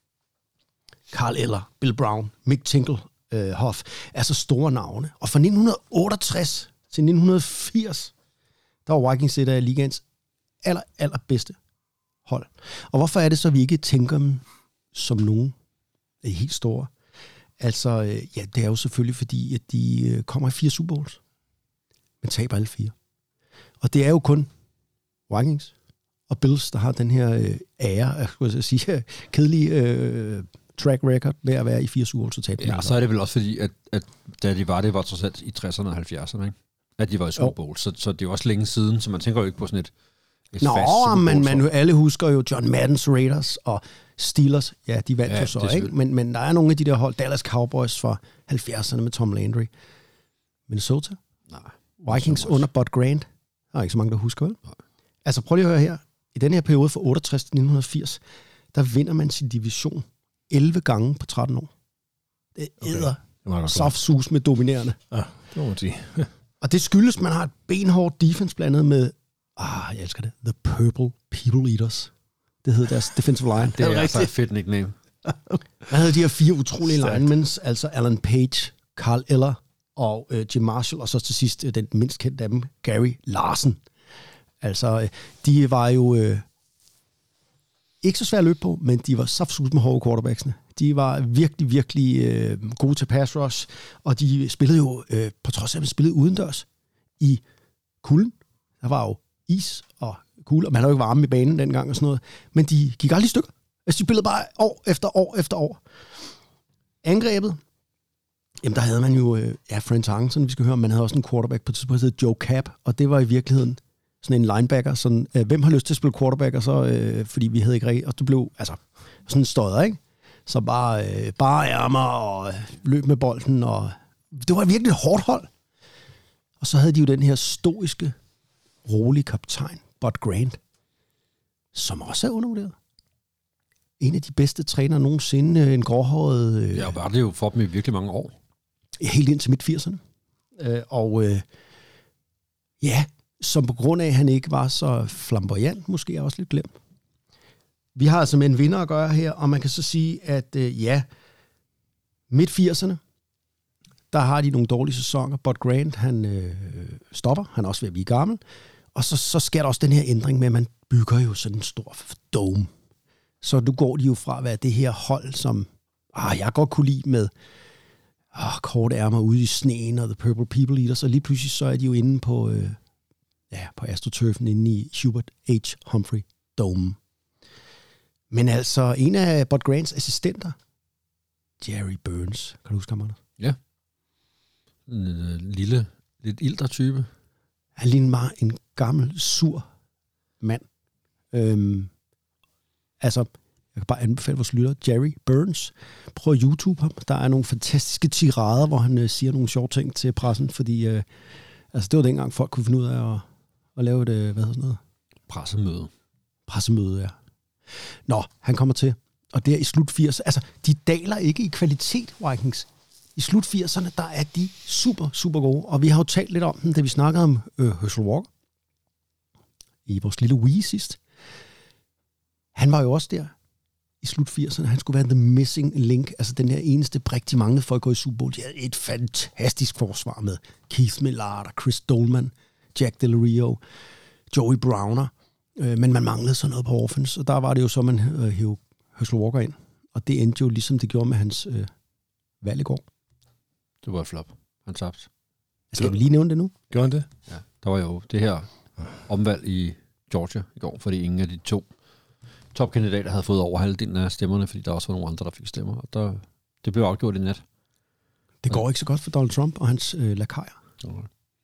Carl Eller, Bill Brown, Mick Tingelhoff, altså store navne. Og fra 1968 til 1980, der var Vikings et af ligaens allerbedste hold. Og hvorfor er det så, vi ikke tænker dem som nogen af de helt store? Altså, det er jo selvfølgelig fordi, at de kommer i 4 Super Bowls, men taber alle 4. Og det er jo kun Vikings og Bills, der har den her ære, kedelige track record med at være i 4 Super Bowls og tabe. Ja, så er det vel også fordi, at da de var, det var trods alt i 60'erne og 70'erne, ikke? At de var i Super Bowl. Så det er jo også længe siden, så man tænker jo ikke på sådan et fast Super Bowl. Men alle husker jo John Maddens Raiders og Steelers. Ja, de vandt jo så, ikke? Men der er nogle af de der hold, Dallas Cowboys fra 70'erne med Tom Landry. Minnesota? Nej. Vikings under Bud Grant? Der er ikke så mange, der husker, vel? Nej. Altså prøv lige at høre her. I den her periode fra 68 til 1980, der vinder man sin division 11 gange på 13 år. Det æder softsus med dominerende. Ja, det må man sige. Og det skyldes, at man har et benhårdt defense blandet med, jeg elsker det, The Purple People Eaters. Det hedder deres defensive line. Det er altså et fedt nickname. Man havde de her 4 utrolige linemans, altså Alan Page, Carl Eller og Jim Marshall, og så til sidst den mindst kendte af dem, Gary Larson. Altså, de var jo ikke så svært at løbe på, men de var saftsus med hårde quarterbacksene. De var virkelig, virkelig gode til pass rush, og de spillede jo, på trods af at de spillede udendørs, i kulden. Der var jo is og kulde, og man havde jo ikke varme i banen dengang og sådan noget, men de gik aldrig i stykker. Altså, de spillede bare år efter år efter år. angrebet, jamen der havde man jo, Frank Hansen, vi skal høre, man havde også en quarterback på tidspunkt, der hed Joe Cap, og det var i virkeligheden sådan en linebacker, sådan, hvem har lyst til at spille quarterback, og så, fordi vi havde ikke rigtig, og det blev, altså, sådan en stodder, ikke? Så bare ærmer og løb med bolden, og det var virkelig et hårdt hold. Og så havde de jo den her stoiske, rolige kaptajn, Bud Grant, som også er undervurderet. En af de bedste trænere nogensinde, en gråhåret... Ja, var det jo for dem i virkelig mange år. Helt ind til midt-80'erne. Som på grund af, at han ikke var så flamboyant, måske også lidt glemt. Vi har altså med en vinder at gøre her, og man kan så sige, at midt-80'erne, der har de nogle dårlige sæsoner. Bud Grant, han stopper. Han er også ved at blive gammel. Og så sker der også den her ændring med, at man bygger jo sådan en stor dome. Så nu går de jo fra at være det her hold, som jeg godt kunne lide med korte ærmer ude i sneen og The Purple People Eaters, og lige pludselig så er de jo inde på AstroTurfen inde i Hubert H. Humphrey Dome. Men altså, en af Bud Grants assistenter, Jerry Burns, kan du huske ham, Anders? Ja. En lille, lidt ilter type. Han ligner meget en gammel, sur mand. Jeg kan bare anbefale vores lytter, Jerry Burns. Prøv at YouTube ham. Der er nogle fantastiske tirader, hvor han siger nogle sjove ting til pressen, fordi det var dengang folk kunne finde ud af at lave et, hvad hedder sådan noget? Pressemøde, ja. Nå, han kommer til, og der i slut 80'erne, altså, de daler ikke i kvalitet, Vikings. I slut 80'erne, der er de super, super gode, og vi har jo talt lidt om dem, da vi snakkede om Herschel Walker i vores lille Wii sidst. Han var jo også der i slut 80'erne. Han skulle være the missing link, altså den her eneste brik, de manglede for at gå i Super Bowl. De havde et fantastisk forsvar med Keith Millard, Chris Dolman, Jack Del Rio, Joey Browner, men man manglede sådan noget på offense, og der var det jo så, man hævde Herschel Walker ind, og det endte jo ligesom det gjorde med hans valg i går. Det var et flop. Han tabte. Skal vi lige nævne det nu? Gjorde han det? Ja, der var jo det her omvalg i Georgia i går, fordi ingen af de to topkandidater havde fået over halvdelen af stemmerne, fordi der også var nogle andre, der fik stemmer. Og det blev afgjort i nat. Det går ikke så godt for Donald Trump og hans lakajer. Nej.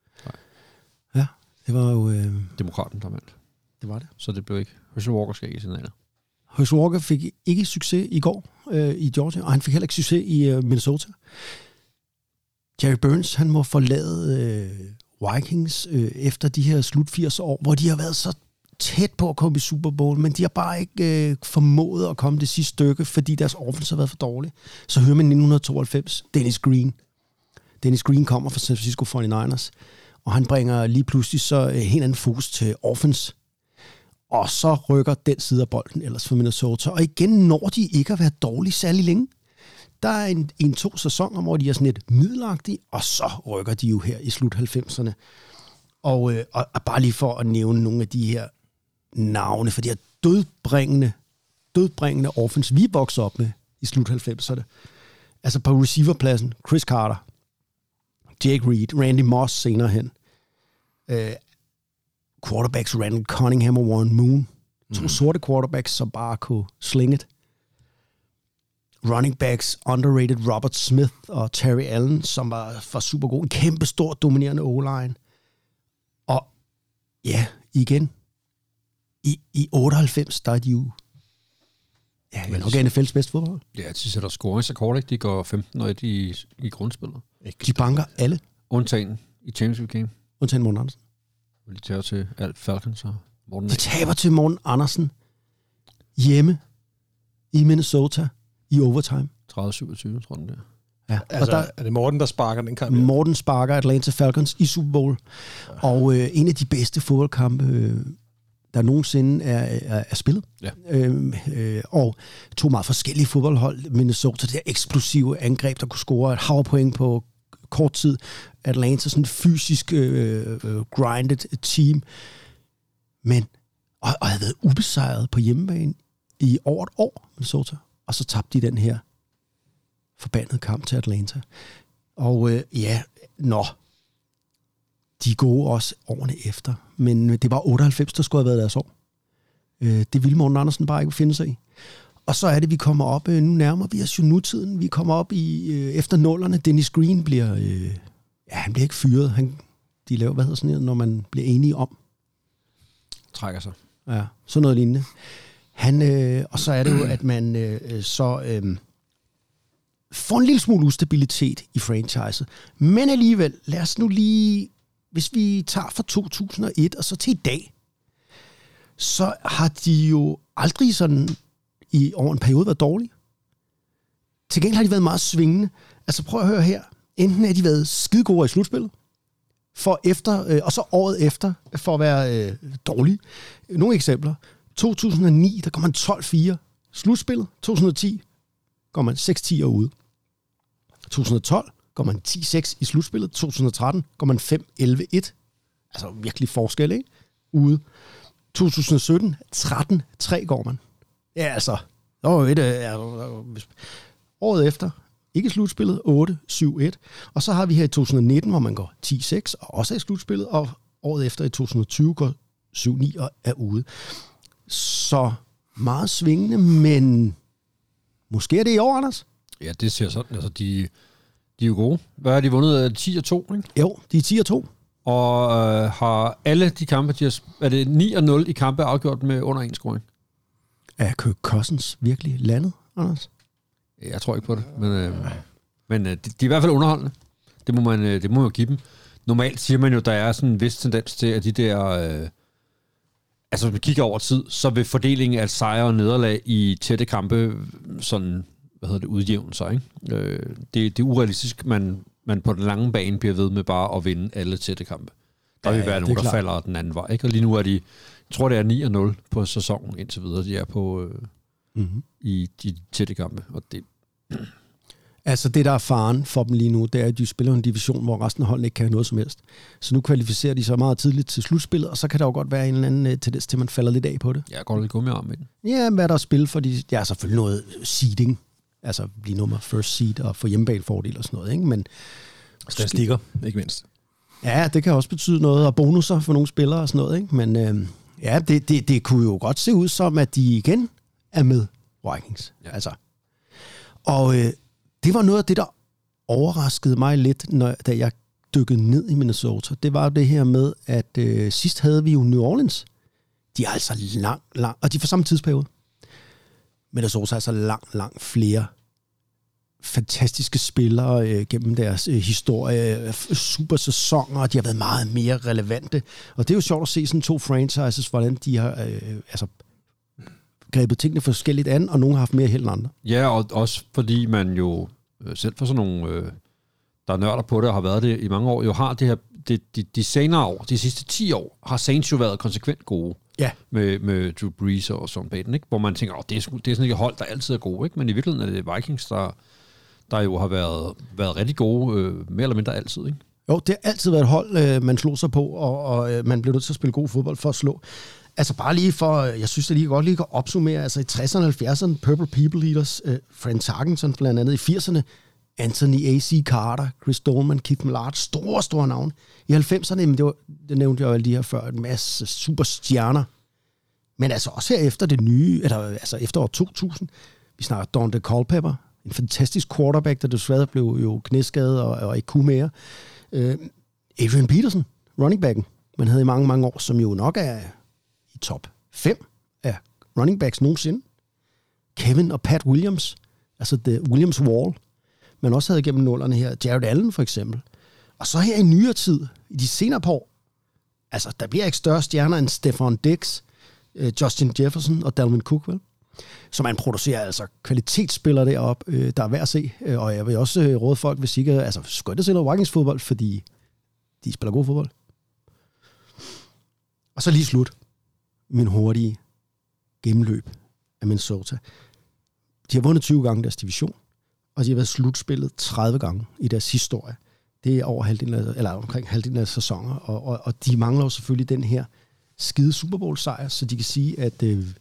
Ja, det var jo... Demokraten, der vandt. Det var det. Så det blev ikke. Herschel Walker skal ikke i senatet. Herschel Walker fik ikke succes i går i Georgia, og han fik heller ikke succes i Minnesota. Jerry Burns, han må forlade Vikings efter de her slut 80 år, hvor de har været så tæt på at komme i Super Bowl, men de har bare ikke formået at komme det sidste stykke, fordi deres offense har været for dårlig. Så hører man 1992, Dennis Green. Dennis Green kommer fra San Francisco 49ers, og han bringer lige pludselig så helt anden fokus til offense. Og så rykker den side af bolden ellers for Minnesota. Og igen når de ikke at være dårlige særlig længe. Der er to sæsoner, hvor de er sådan lidt middelagtige, og så rykker de jo her i slut 90'erne. Og bare lige for at nævne nogle af de her navne, for de her dødbringende offense, vi vokser op med i slut 90'erne. Altså på receiverpladsen, Chris Carter, Jake Reed, Randy Moss senere hen. Quarterbacks Randall Cunningham og Warren Moon. To sorte quarterbacks, som bare kunne slinge it. Running backs, underrated Robert Smith og Terry Allen, som var super god. En kæmpe stor, dominerende O-line. Og ja, igen, i 98, der er de jo nok NFL's bedste fodbold. Ja, de sætter scoringsrekord, ikke? De går 15-1 i grundspillet. De banker alle. Undtagen i championship game. Undtagen Morten Andersen. De tager til alt Falcons og Morten. De taber til Morten Andersen hjemme i Minnesota i overtime. 30-27, tror jeg det er. Ja, altså, og er det Morten, der sparker den kamp? Morten sparker Atlanta Falcons i Super Bowl. Ja. Og en af de bedste fodboldkampe, der nogensinde er spillet. Ja. Og to meget forskellige fodboldhold. Minnesota, det der eksplosive angreb, der kunne score et havpoint på kort tid. Atlanta, sådan et fysisk grinded team. Men, og havde været ubesejret på hjemmebane i over et år, Minnesota. Og så tabte de den her forbandede kamp til Atlanta. Og de er gode også årene efter. Men det var 98, der skulle have været deres år. Det ville Morten Andersen bare ikke finde sig i. Og så er det, vi kommer op, nu nærmer vi os jo nutiden, vi kommer op i, efter nullerne, Dennis Green bliver, han bliver ikke fyret, de laver, hvad hedder sådan noget, når man bliver enige om. Trækker sig. Ja, sådan noget lignende. Og så er det jo, at man får en lille smule ustabilitet i franchiset. Men alligevel, lad os nu lige, hvis vi tager fra 2001 og så til i dag, så har de jo aldrig sådan over en periode været dårlige. Til gengæld har de været meget svingende. Altså prøv at høre her. Enten har de været skide gode i slutspillet, og så året efter for at være dårlige. Nogle eksempler. 2009, der går man 12-4 slutspillet. 2010 går man 6-10 ude. 2012 går man 10-6 i slutspillet. 2013 går man 5-11-1. Altså virkelig forskel, ikke? Ude. 2017, 13-3 går man. Ja, altså. Året efter, ikke i slutspillet, 8-7-1. Og så har vi her i 2019, hvor man går 10-6 og også er i slutspillet. Og året efter i 2020 går 7-9 og er ude. Så meget svingende, men måske er det i år, Anders? Ja, det ser sådan. Altså, de er jo gode. Hvad har de vundet? 10-2, ikke? Jo, de er 10-2. Og har alle de kampe, er det 9-0 i kampe afgjort med under 1 scoring? Er Kirk Cousins virkelig landet, Anders? Jeg tror ikke på det, men de er i hvert fald underholdende. Det må man jo give dem. Normalt siger man jo, der er sådan en vis tendens til, at de der... altså, hvis vi kigger over tid, så vil fordelingen af sejre og nederlag i tætte kampe sådan, udjævne sig, ikke? Det er urealistisk, man på den lange bane bliver ved med bare at vinde alle tætte kampe. Der vil være nogen, der falder den anden vej, ikke? Og lige nu er jeg tror det er 9-0 på sæsonen indtil videre, de er på i de tætte kampe, og det... Altså det, der er faren for dem lige nu, det er, at de spiller en division, hvor resten af holdene ikke kan noget som helst. Så nu kvalificerer de så meget tidligt til slutspillet, og så kan der jo godt være en eller anden tendens til, man falder lidt af på det. Ja, går lidt gummiarm med den. Ja, hvad der er spil for de... Ja, selvfølgelig noget seeding. Altså blive nummer first seed og få hjemmebanefordel og sådan noget, ikke? Men... Statistikker, ikke mindst. Ja, det kan også betyde noget, og bonusser for nogle spillere og sådan noget, ikke? Men ja, det kunne jo godt se ud som, at de igen er med Vikings. Ja. Altså. Og det var noget af det, der overraskede mig lidt, da jeg dykkede ned i Minnesota. Det var det her med, at sidst havde vi jo New Orleans. De er altså lang, og de er for samme tidsperiode. Minnesota er altså langt flere fantastiske spillere gennem deres historie, super sæsoner, og de har været meget mere relevante. Og det er jo sjovt at se sådan to franchises, hvordan de har grebet tingene forskelligt an, og nogle har haft mere held end andre. Ja, og også fordi man jo selv for sådan nogle, der er nørder på det, og har været det i mange år, jo har det her, de senere år, de sidste 10 år, har Saints jo været konsekvent gode. Ja. Med Drew Brees og Sean Payton, ikke? Hvor man tænker, det er sådan ikke hold, der altid er gode, ikke? Men i virkeligheden er det Vikings, der jo har været rigtig gode, mere eller mindre altid, ikke? Jo, det har altid været et hold, man slog sig på, og man blev nødt til at spille god fodbold for at slå. Altså bare lige for, jeg synes, det godt lige kan opsummere, altså i 60'erne og 70'erne, Purple People Eaters, Frank Tarkenton blandt andet i 80'erne, Anthony A.C. Carter, Chris Dolman, Keith Millard, store navne. I 90'erne, det nævnte jeg jo alle de her før, en masse superstjerner. Men altså også her efter det nye, altså efter år 2000, vi snakker Dante Culpepper, en fantastisk quarterback, der desværre blev jo knæskadet og ikke kunne mere. Adrian Peterson, running backen, man havde i mange år, som jo nok er i top 5 af running backs nogensinde. Kevin og Pat Williams, altså The Williams Wall, man også havde gennem nullerne her. Jared Allen for eksempel. Og så her i nyere tid, i de senere par år, altså der bliver ikke større stjerner end Stefan Diggs, Justin Jefferson og Dalvin Cook, vel? Så man producerer altså kvalitetsspillere deroppe, der er værd at se. Og jeg vil også råde folk, hvis ikke... Altså, skønt at se noget Vikings fodbold, fordi de spiller god fodbold. Og så lige slut. Min hurtige gennemløb af Minnesota. De har vundet 20 gange deres division, og de har været slutspillet 30 gange i deres historie. Det er over omkring halvdelen af sæsoner, og de mangler jo selvfølgelig den her skide Super Bowl-sejr, så de kan sige, at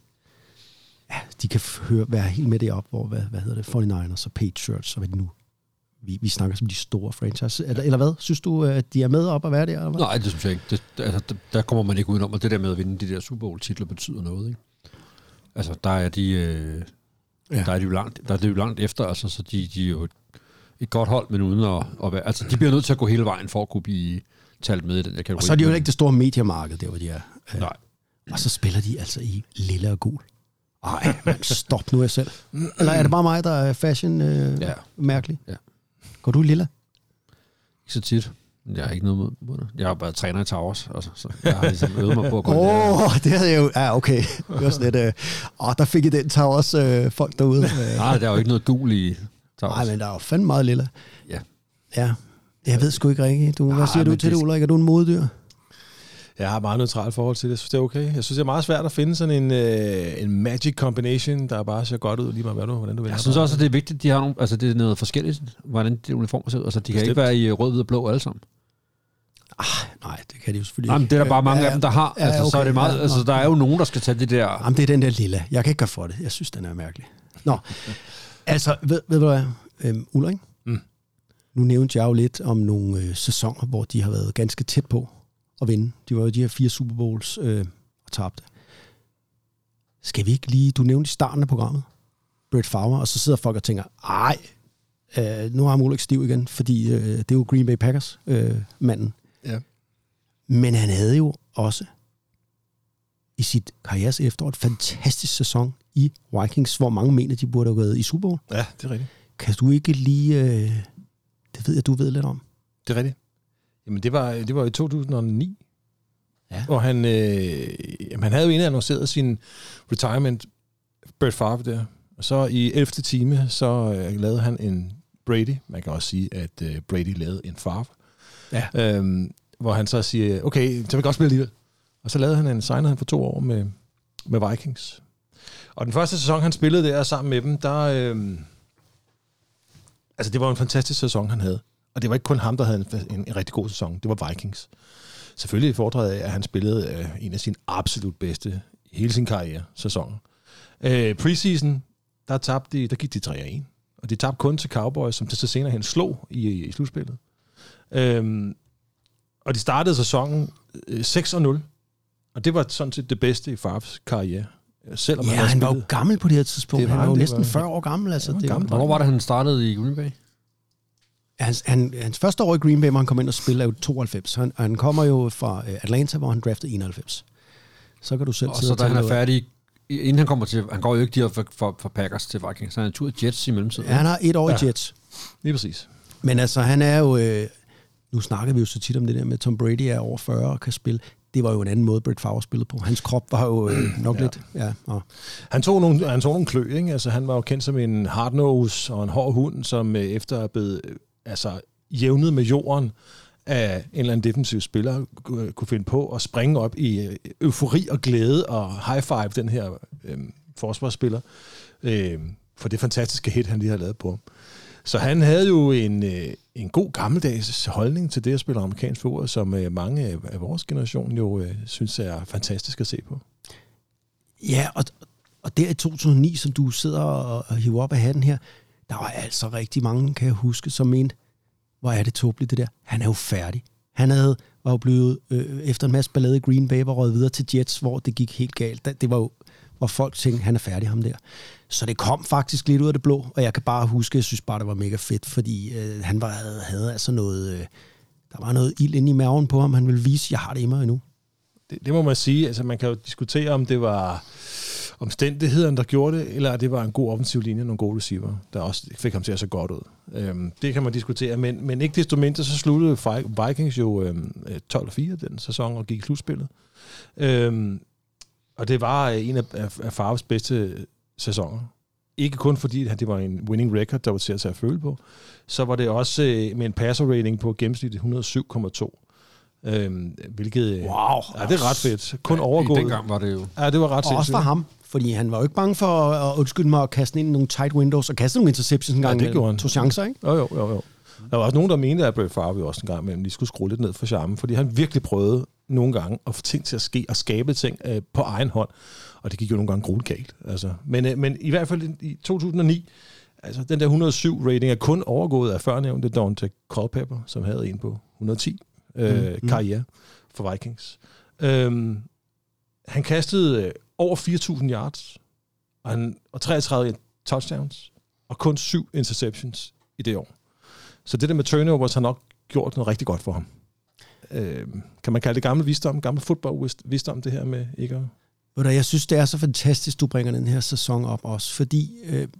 de kan være helt med det op, hvor, hvad hedder det, 49ers og Patriots, og hvad det nu. Vi snakker som de store franchise. Eller hvad? Synes du, at de er med op at være der? Eller hvad? Nej, det synes jeg ikke. Der kommer man ikke udenom, og det der med at vinde de der Super Bowl-titler betyder noget, ikke? Altså, der er de... Ja. Der er det jo langt efter, altså, så de er jo et godt hold, men uden at være... Altså, de bliver nødt til at gå hele vejen for at kunne blive talt med i den der kategori. Og så er de jo ikke det store mediemarked, der hvor de er. Nej. Og så spiller de altså i lille og gul. Ej, man, stop nu jeg selv. Eller er det bare mig, der er fashion mærkelig? Ja. Går du i lilla? Ikke så tit. Jeg har ikke noget mod det. Jeg har bare træner i Towers, altså, så jeg har ligesom øvet mig på at gå det havde jeg jo... Ja, okay. Det var sådan lidt... der fik I den Towers folk derude. Nej, der er jo ikke noget gul i Towers. Nej, men der er jo fandme meget lilla. Ja. Ja. Jeg ved sgu ikke, Rikke. Hvad siger du til det, Ulrik? Er du en modedyr? Jeg har meget neutralt forhold til det. Jeg synes, det er okay. Jeg synes, det er meget svært at finde sådan en magic combination, der bare ser godt ud, lige meget hvordan du vil. Jeg synes også, at det er vigtigt, at de har nogle, altså det er noget forskelligt, hvordan det uniformer ser ud. Altså de kan ikke være i rød, hvid og blå alle sammen. Nej, det kan de jo selvfølgelig ikke. Jamen, det er der bare mange af dem, der har. Altså, okay, så er det meget, altså, der er jo nogen, der skal tage det der... Jamen, det er den der lilla. Jeg kan ikke gøre for det. Jeg synes, den er mærkelig. Nå, altså, ved du hvad, Ulrik? Nu nævnte jeg jo lidt om nogle sæsoner, hvor de har været ganske tæt på at vinde. De var jo de her 4 Super Bowls og tabte. Skal vi ikke lige... Du nævnte i starten af programmet, Brett Favre, og så sidder folk og tænker, nu har Ulrik stiv igen, fordi det er jo Green Bay Packers manden. Ja. Men han havde jo også i sit karrieres efterår et fantastisk sæson i Vikings, hvor mange mener, de burde have gået i Super Bowl. Ja, det er rigtigt. Kan du ikke lige... det ved jeg, du ved lidt om. Det er rigtigt. Jamen, det var i 2009, hvor han havde jo egentlig annonceret sin retirement, Brett Favre der. Og så i 11. time, så lavede han en Brady. Man kan også sige, at Brady lavede en Favre. Ja. Hvor han så siger, okay, så vil jeg godt spille alligevel. Og så lavede han signede han for 2 år med Vikings. Og den første sæson, han spillede der sammen med dem, der... det var en fantastisk sæson, han havde. Og det var ikke kun ham, der havde en rigtig god sæson. Det var Vikings. Selvfølgelig fordret af, at han spillede en af sine absolut bedste i hele sin karriere sæsonen. Preseason, der gik de 3-1. Og de tabte kun til Cowboys, som det så senere hen slog i slutspillet. Og de startede sæsonen 6-0. Og det var sådan set det bedste i Favres karriere. Selvom han var jo gammel på det her tidspunkt. Han var jo næsten 40 år gammel. Altså, Hvornår var det, han startede i Green Bay? Hans første år i Green Bay, hvor han kom ind og spille, er jo 92. Han kommer jo fra Atlanta, hvor han draftede 91. Så kan du selv sidde og så da han er færdig, inden han kommer til... Han går jo ikke direkte fra Packers til Vikings. Han er en tur i Jets i mellemtiden. Ja, han har 1 år i Jets. Lige præcis. Men altså, han er jo... nu snakker vi jo så tit om det der med, Tom Brady er over 40 og kan spille. Det var jo en anden måde, Brett Favre spillede på. Hans krop var jo nok lidt... Ja. Han tog nogle klø, ikke? Altså, han var jo kendt som en hardnose og en hård hund, som efter at blevet jævnet med jorden af en eller anden defensiv spiller, kunne finde på at springe op i eufori og glæde og high five den her forsvarsspiller for det fantastiske hit, han lige har lavet på ham. Så han havde jo en god gammeldags holdning til det at spille amerikansk fodbold, som mange af vores generation jo synes er fantastisk at se på. Ja, og der i 2009, som du sidder og hiver op af hatten her, der var altså rigtig mange, kan jeg huske, som mente, hvor er det tåbeligt det der. Han er jo færdig. Han var jo blevet, efter en masse ballade i Green Bay, var røget videre til Jets, hvor det gik helt galt. Det var jo, hvor folk tænkte, han er færdig, ham der. Så det kom faktisk lidt ud af det blå, og jeg kan bare huske, jeg synes bare, det var mega fedt, fordi han havde altså noget, der var noget ild inde i maven på ham. Han ville vise, jeg har det i mig endnu. Det må man sige. Altså, man kan jo diskutere, om det var omstændighederne, der gjorde det, eller det var en god offensiv linje, nogle gode receiver, der også fik ham til at se godt ud. Det kan man diskutere, men ikke desto mindre, så sluttede Vikings jo 12-4 den sæson og gik i slutspillet. Og det var en af Favres bedste sæsoner. Ikke kun fordi det var en winning record, der var til at tage at føle på, så var det også med en passer rating på gennemsnit 107,2. Hvilket wow, ja, det er ret fedt. Kun overgået. Dengang var det jo. Ja, det var ret sindssygt. Også for ham, fordi han var jo ikke bange for at undskylde mig og kaste ind i nogle tight windows og kaste nogle interceptions en gang. Ja, det gjorde han. 2 chancer, ikke? Jo. Der var også nogen, der mente, at Brett Favre også en gang imellem lige skulle skrue lidt ned for charmen, fordi han virkelig prøvede nogle gange at få ting til at ske og skabe ting på egen hånd. Og det gik jo nogle gange grueligt galt. Altså. Men i hvert fald i 2009, altså den der 107 rating er kun overgået af førnævnte Daunte Culpepper, som havde en på 110 karriere for Vikings. Han kastede over 4.000 yards og 33 touchdowns og kun 7 interceptions i det år. Så det der med turnovers har nok gjort noget rigtig godt for ham. Kan man kalde det gammel fodbold-visdom, det her med ikke? Jeg synes, det er så fantastisk, du bringer den her sæson op også, fordi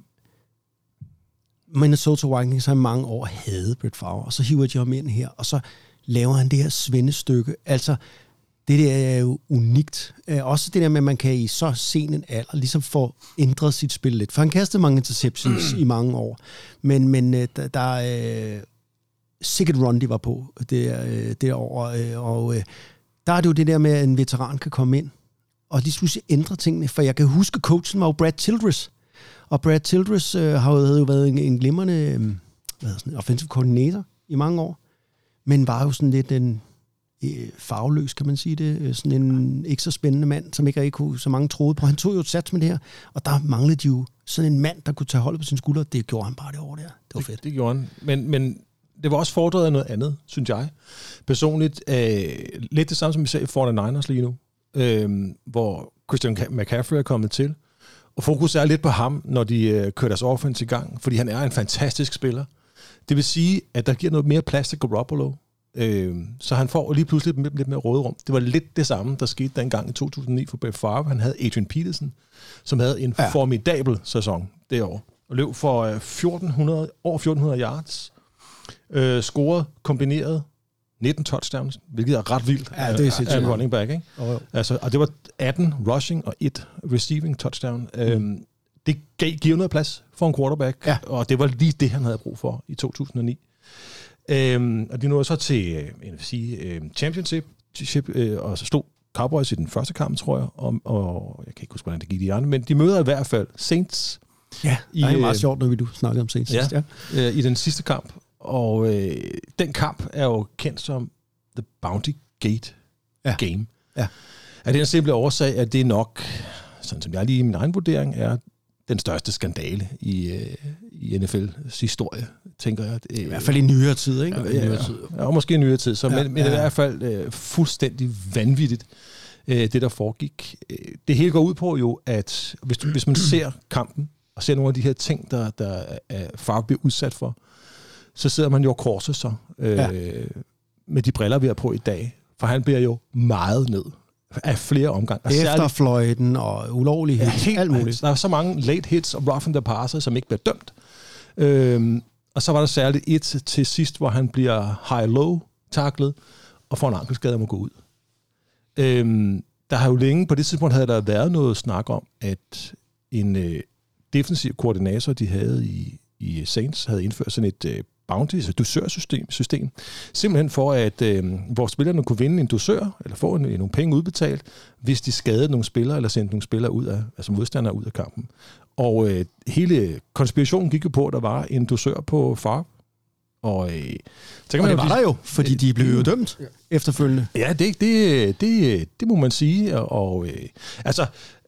Minnesota Vikings har i mange år hadet Brett Favre, og så hiver de ham ind her, og så laver han det her svendestykke. Altså, det der er jo unikt. Også det der med, at man kan i så sen en alder ligesom få ændret sit spil lidt. For han kastede mange interceptions i mange år, men der er sikkert run, de var på det år, og der er det jo det der med, at en veteran kan komme ind og lige pludselig ændre tingene. For jeg kan huske, coachen var jo Brad Childress, og Brad Childress havde jo været en glimrende offensive koordinator i mange år, men var jo sådan lidt en farveløs, kan man sige det. Sådan en ikke så spændende mand, som ikke kunne så mange troede på. Han tog jo et sats med det her, og der manglede de jo sådan en mand, der kunne tage holdet på sine skuldre. Det gjorde han bare det år der. Det var fedt. Det gjorde han. Men det var også fordret af noget andet, synes jeg. Personligt, lidt det samme, som vi ser i 49ers lige nu, hvor Christian McCaffrey er kommet til. Og fokus er lidt på ham, når de kører deres offense i gang, fordi han er en fantastisk spiller. Det vil sige, at der giver noget mere plads til Garoppolo, så han får lige pludselig lidt mere råderum. Det var lidt det samme, der skete dengang i 2009 for Brett Favre. Han havde Adrian Peterson, som havde en formidabel sæson det år, og løb for over 1400 yards, scoret kombineret 19 touchdowns, hvilket er ret vildt af en running back, ikke? Altså, og det var 18 rushing og 1 receiving touchdown. Det giver noget plads for en quarterback, og det var lige det, han havde brug for i 2009. Og de nåede så til championship, og så stod Cowboys i den første kamp, tror jeg, og jeg kan ikke huske, hvordan det gik i andre, men de møder i hvert fald Saints. Ja, det er meget sjovt, når du snakker om Saints. I den sidste kamp. Og den kamp er jo kendt som The Bounty Gate Game. Ja. Af den simple årsag, at det er nok, sådan som jeg lige i min egen vurdering, er den største skandale i NFL's historie, tænker jeg. I hvert fald i nyere tid, ikke? Ja, måske i nyere tid, så, men i hvert fald fuldstændig vanvittigt, det der foregik. Det hele går ud på jo, at hvis man ser kampen, og ser nogle af de her ting, der Favre bliver udsat for, så sidder man jo og korser sig med de briller, vi har på i dag. For han bliver jo meget ned af flere omgange. Efter fløjten og ulovlighed, alt muligt. Der er så mange late hits og rough in the passer, som ikke bliver dømt. Og så var der særligt et til sidst, hvor han bliver high-low taklet og får en ankelskade om at gå ud. Der har jo længe, på det tidspunkt havde der været noget snak om, at en defensiv koordinator, de havde i Saints, havde indført sådan et bounty, altså dusørsystem, simpelthen for, at hvor spillerne kunne vinde en dusør, eller få nogle penge udbetalt, hvis de skadede nogle spillere, eller sendte nogle spillere ud af, altså modstandere ud af kampen. Og hele konspirationen gik jo på, at der var en dusør på Favre. Og så kan man det var der jo, fordi de blev jo dømt efterfølgende. Ja, det må man sige. Og altså,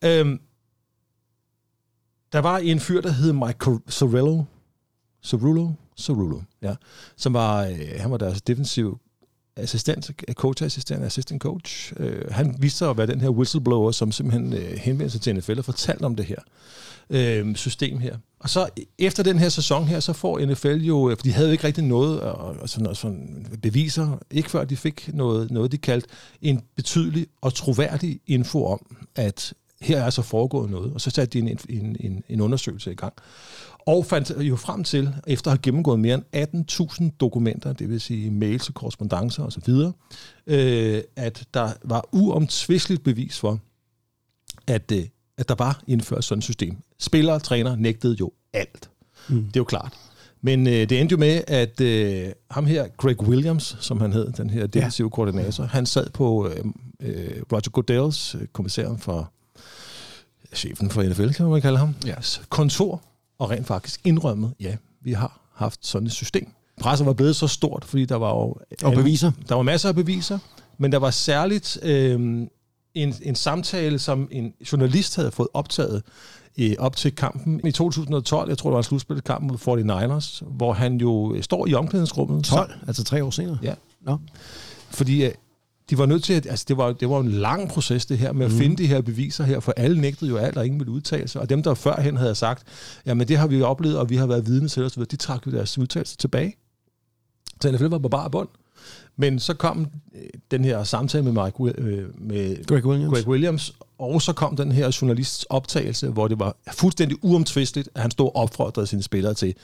der var en fyr, der hed Mike Cerullo, ja, som var, han var deres defensiv assistent coach. Han viste sig at være den her whistleblower, som simpelthen henvendte sig til NFL og fortalte om det her system her. Og så efter den her sæson her, så får NFL jo, for de havde jo ikke rigtig noget og sådan beviser, ikke før de fik noget de kaldte en betydelig og troværdig info om, at her er altså foregået noget. Og så satte de en undersøgelse i gang. Og fandt jo frem til, efter at have gennemgået mere end 18.000 dokumenter, det vil sige mails og korrespondancer osv., at der var uomtvisteligt bevis for, at der var indført sådan et system. Spillere og træner nægtede jo alt. Det er jo klart. Men det endte jo med, at ham her, Greg Williams, som han hed, den her defensive koordinator, han sad på Roger Goodells, kommissæren for chefen for NFL, kan man kalde ham, kontor, og rent faktisk indrømmet, ja, vi har haft sådan et system. Presset var blevet så stort, fordi der var jo... Og beviser. Der var masser af beviser, men der var særligt en samtale, som en journalist havde fået optaget op til kampen i 2012. Jeg tror, det var en slutspilskamp mod 49ers, hvor han jo står i omklædningsrummet. 12, altså 3 år senere? Ja. Nå. Fordi de var nødt til at, altså det var en lang proces det her med at finde de her beviser her, for alle nægtede jo alt, og ingen ville udtale sig, og dem, der førhen havde sagt, jamen det har vi oplevet, og vi har været vidne til os, de trak jo deres udtalelser tilbage. Så NFL var på bar bund. Men så kom den her samtale med Greg Williams, og så kom den her journalists optagelse, hvor det var fuldstændig uomtvisteligt, at han stod og opfordrede sine spillere til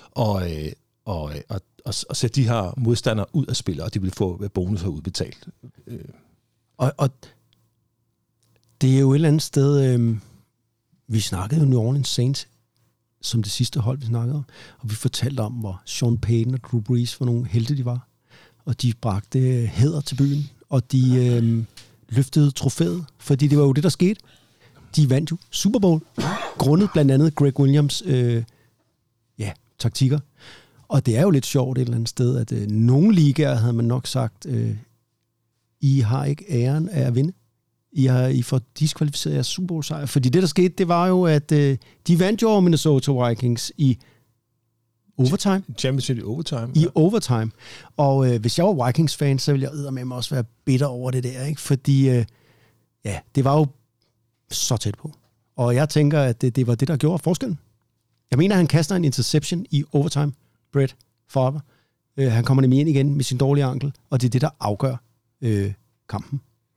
at sætte de her modstandere ud af spillet, og de ville få bonusser udbetalt. Og det er jo et eller andet sted, vi snakkede jo New Orleans Saints som det sidste hold, vi snakkede om, og vi fortalte om, hvor Sean Payton og Drew Brees, hvor nogle helte de var, og de bragte hæder til byen, og de løftede trofæet, fordi det var jo det, der skete. De vandt jo Super Bowl, grundet blandt andet Greg Williams taktikker. Og det er jo lidt sjovt et eller andet sted, at nogle ligaer havde man nok sagt, I har ikke æren af at vinde. I får diskvalificeret jeres Super Bowl sejr. Fordi det, der skete, det var jo, at de vandt jo over Minnesota Vikings i overtime. Championship i overtime. I overtime. Og hvis jeg var Vikings-fan, så ville jeg eddermame også være bitter over det der, ikke? Fordi det var jo så tæt på. Og jeg tænker, at det var det, der gjorde forskellen. Jeg mener, han kaster en interception i overtime. Brett Favre. Han kommer nemlig ind igen med sin dårlige ankel, og det er det, der afgør kampen.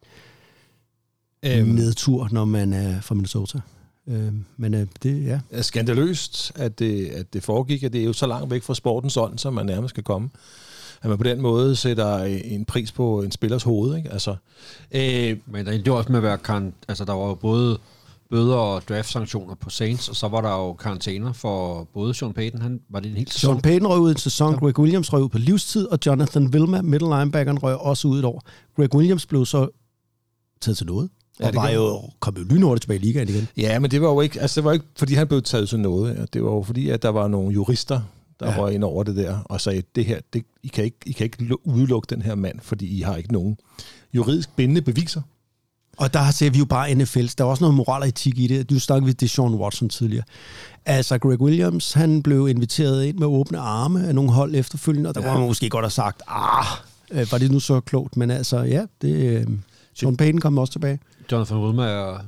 Nedtur, når man er fra Minnesota. Men det er skandaløst, at det foregik, at det er jo så langt væk fra sportens ånd, som man nærmest kan komme. At man på den måde sætter en pris på en spillers hoved, ikke? Altså, men det var også med at være altså der var jo både bøder og draft-sanktioner på Saints, og så var der jo karantæner for både Sean Payton, var det en hel sæson? Sean Payton røg ud en sæson, Greg Williams røg ud på livstid, og Jonathan Vilma, middle linebackeren, røg også ud et år. Greg Williams blev så taget til noget. Og kom jo lynhurtigt tilbage i ligaen igen. Ja, men det var jo ikke, altså det var ikke, fordi han blev taget til noget. Det var jo fordi, at der var nogle jurister, der røg ind over det der, og sagde, det her, I kan ikke udelukke den her mand, fordi I har ikke nogen juridisk bindende beviser. Og der ser vi jo bare NFL's. Der er også noget moral og etik i det. Du snakkede ved Deshaun Watson tidligere. Altså, Greg Williams, han blev inviteret ind med åbne arme af nogle hold efterfølgende, og der var man måske godt have sagt, var det nu så klogt? Men altså, ja, det... Sean Payton kom også tilbage. Jonathan Wilma er,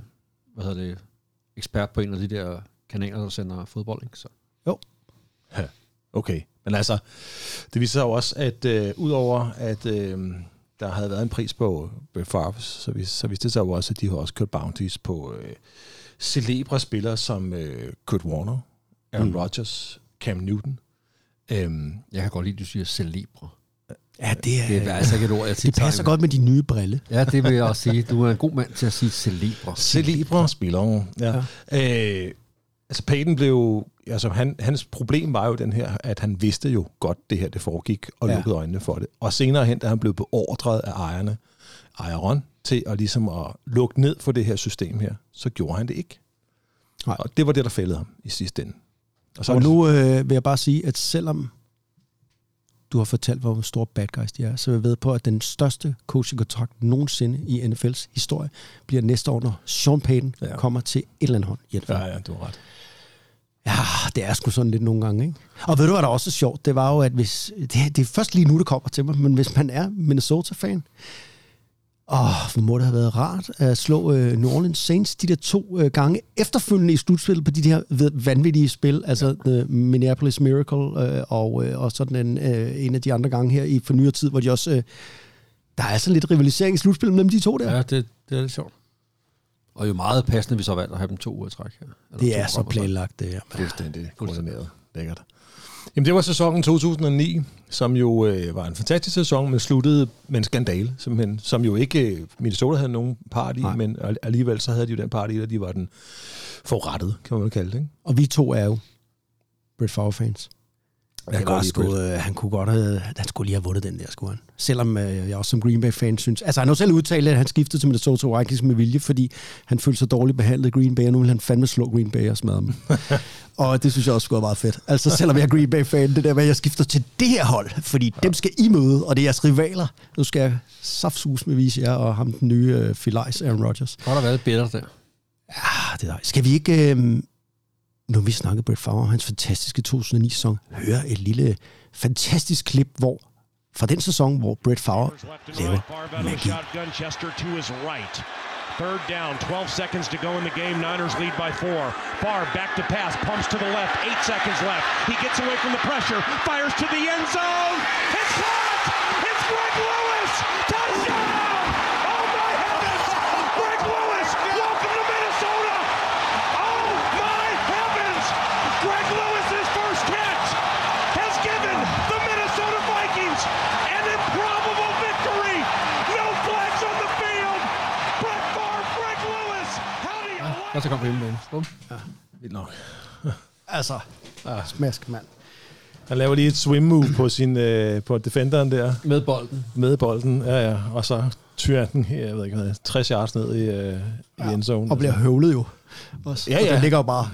ekspert på en af de der kanaler, der sender fodbold, ikke? Så. Jo. Ja, okay. Men altså, det viser sig jo også, at udover at der havde været en pris på Brett Favre, så viste det sig jo også, at de har også kørt bounties på celebre spillere som Kurt Warner, Aaron Rodgers, Cam Newton. Jeg kan godt lide, at du siger celebre. Ja, det er altså ikke et ord, jeg det passer godt med de nye brille. Ja, det vil jeg også sige. Du er en god mand til at sige celebre. Celebre spillere, ja. Altså Payton blev... Altså hans problem var jo den her, at han vidste jo godt, det her det foregik, og lukkede øjnene for det. Og senere hen, da han blev beordret af ejeren til at ligesom at lukke ned for det her system her, så gjorde han det ikke. Nej. Og det var det, der fældede ham i sidste ende. Og nu vil jeg bare sige, at selvom du har fortalt, hvor store bad guys de er, så jeg ved på, at den største coaching-kontrakt nogensinde i NFL's historie bliver næste år, når Sean Payton kommer til et eller andet hold. Ja, du har ret. Ja, det er sgu sådan lidt nogle gange, ikke? Og ved du, hvad der også er sjovt? Det var jo, at hvis... Det er først lige nu, det kommer til mig, men hvis man er Minnesota-fan, hvor må det have været rart at slå New Orleans Saints de der 2 gange efterfølgende i slutspillet på de der vanvittige spil, altså Minneapolis Miracle og sådan en af de andre gange her for nyere tid, hvor de også... der er sådan lidt rivalisering i slutspillet mellem de to der. Ja, det er lidt sjovt. Og jo meget passende, vi så valgte at have dem 2 uger i træk her. Det er så planlagt, det her. Fuldstændig koordineret. Lækkert. Jamen, det var sæsonen 2009, som jo var en fantastisk sæson, men sluttede med en skandale, simpelthen, som jo ikke Minnesota havde nogen part i, men alligevel så havde de jo den part i, at de var den forrettede, kan man vel kalde det, ikke? Og vi 2 er jo Brett Favre-fans. Han kunne godt have, han skulle lige have vundet den der, skulle han. Selvom jeg også som Green Bay-fan synes... Altså, han har jo selv udtalt, at han skiftede til Minnesota Vikings med vilje, fordi han følte sig dårligt behandlet i Green Bay, og nu vil han fandme slå Green Bay og smadre dem. Og det synes jeg også skulle være meget fedt. Altså, selvom jeg er Green Bay-fan, det der med, at jeg skifter til det her hold, fordi dem skal I møde, og det er jeres rivaler. Nu skal jeg saftsus med vise jer, og ham den nye Phillies, Aaron Rodgers. Har der været bedre der? Ja, det er der. Skal vi ikke... Når vi snakker Brett Favre om hans fantastiske 2009-sæson, høre et lille fantastisk klip, hvor fra den sæson, hvor Brett Favre laver magi. Shotgun, Chester to his right. Third down, 12 seconds to go in the game. Niners lead by 4. Favre back to pass, pumps to the left, 8 seconds left. He gets away from the pressure, fires to the end zone. It's caught! It's Greg Lewis! Touchdown! Oh my heavens! Greg Lewis! Welcome to Minnesota! Oh my heavens! Greg Lewis's first catch has given the Minnesota Vikings an improbable victory. No flags on the field. Brett Favre, Greg Lewis. How do you Og så kom vi hjemme. Bum. Vildt nok. Altså, smask, mand. Han laver lige et swim move på sin på defenderen der. Med bolden. Med bolden, ja. Og så tyrer den her, jeg ved ikke hvad, 60 yards ned i endzone. Og bliver høvlet jo. Også. Ja. Og det ligger jo bare...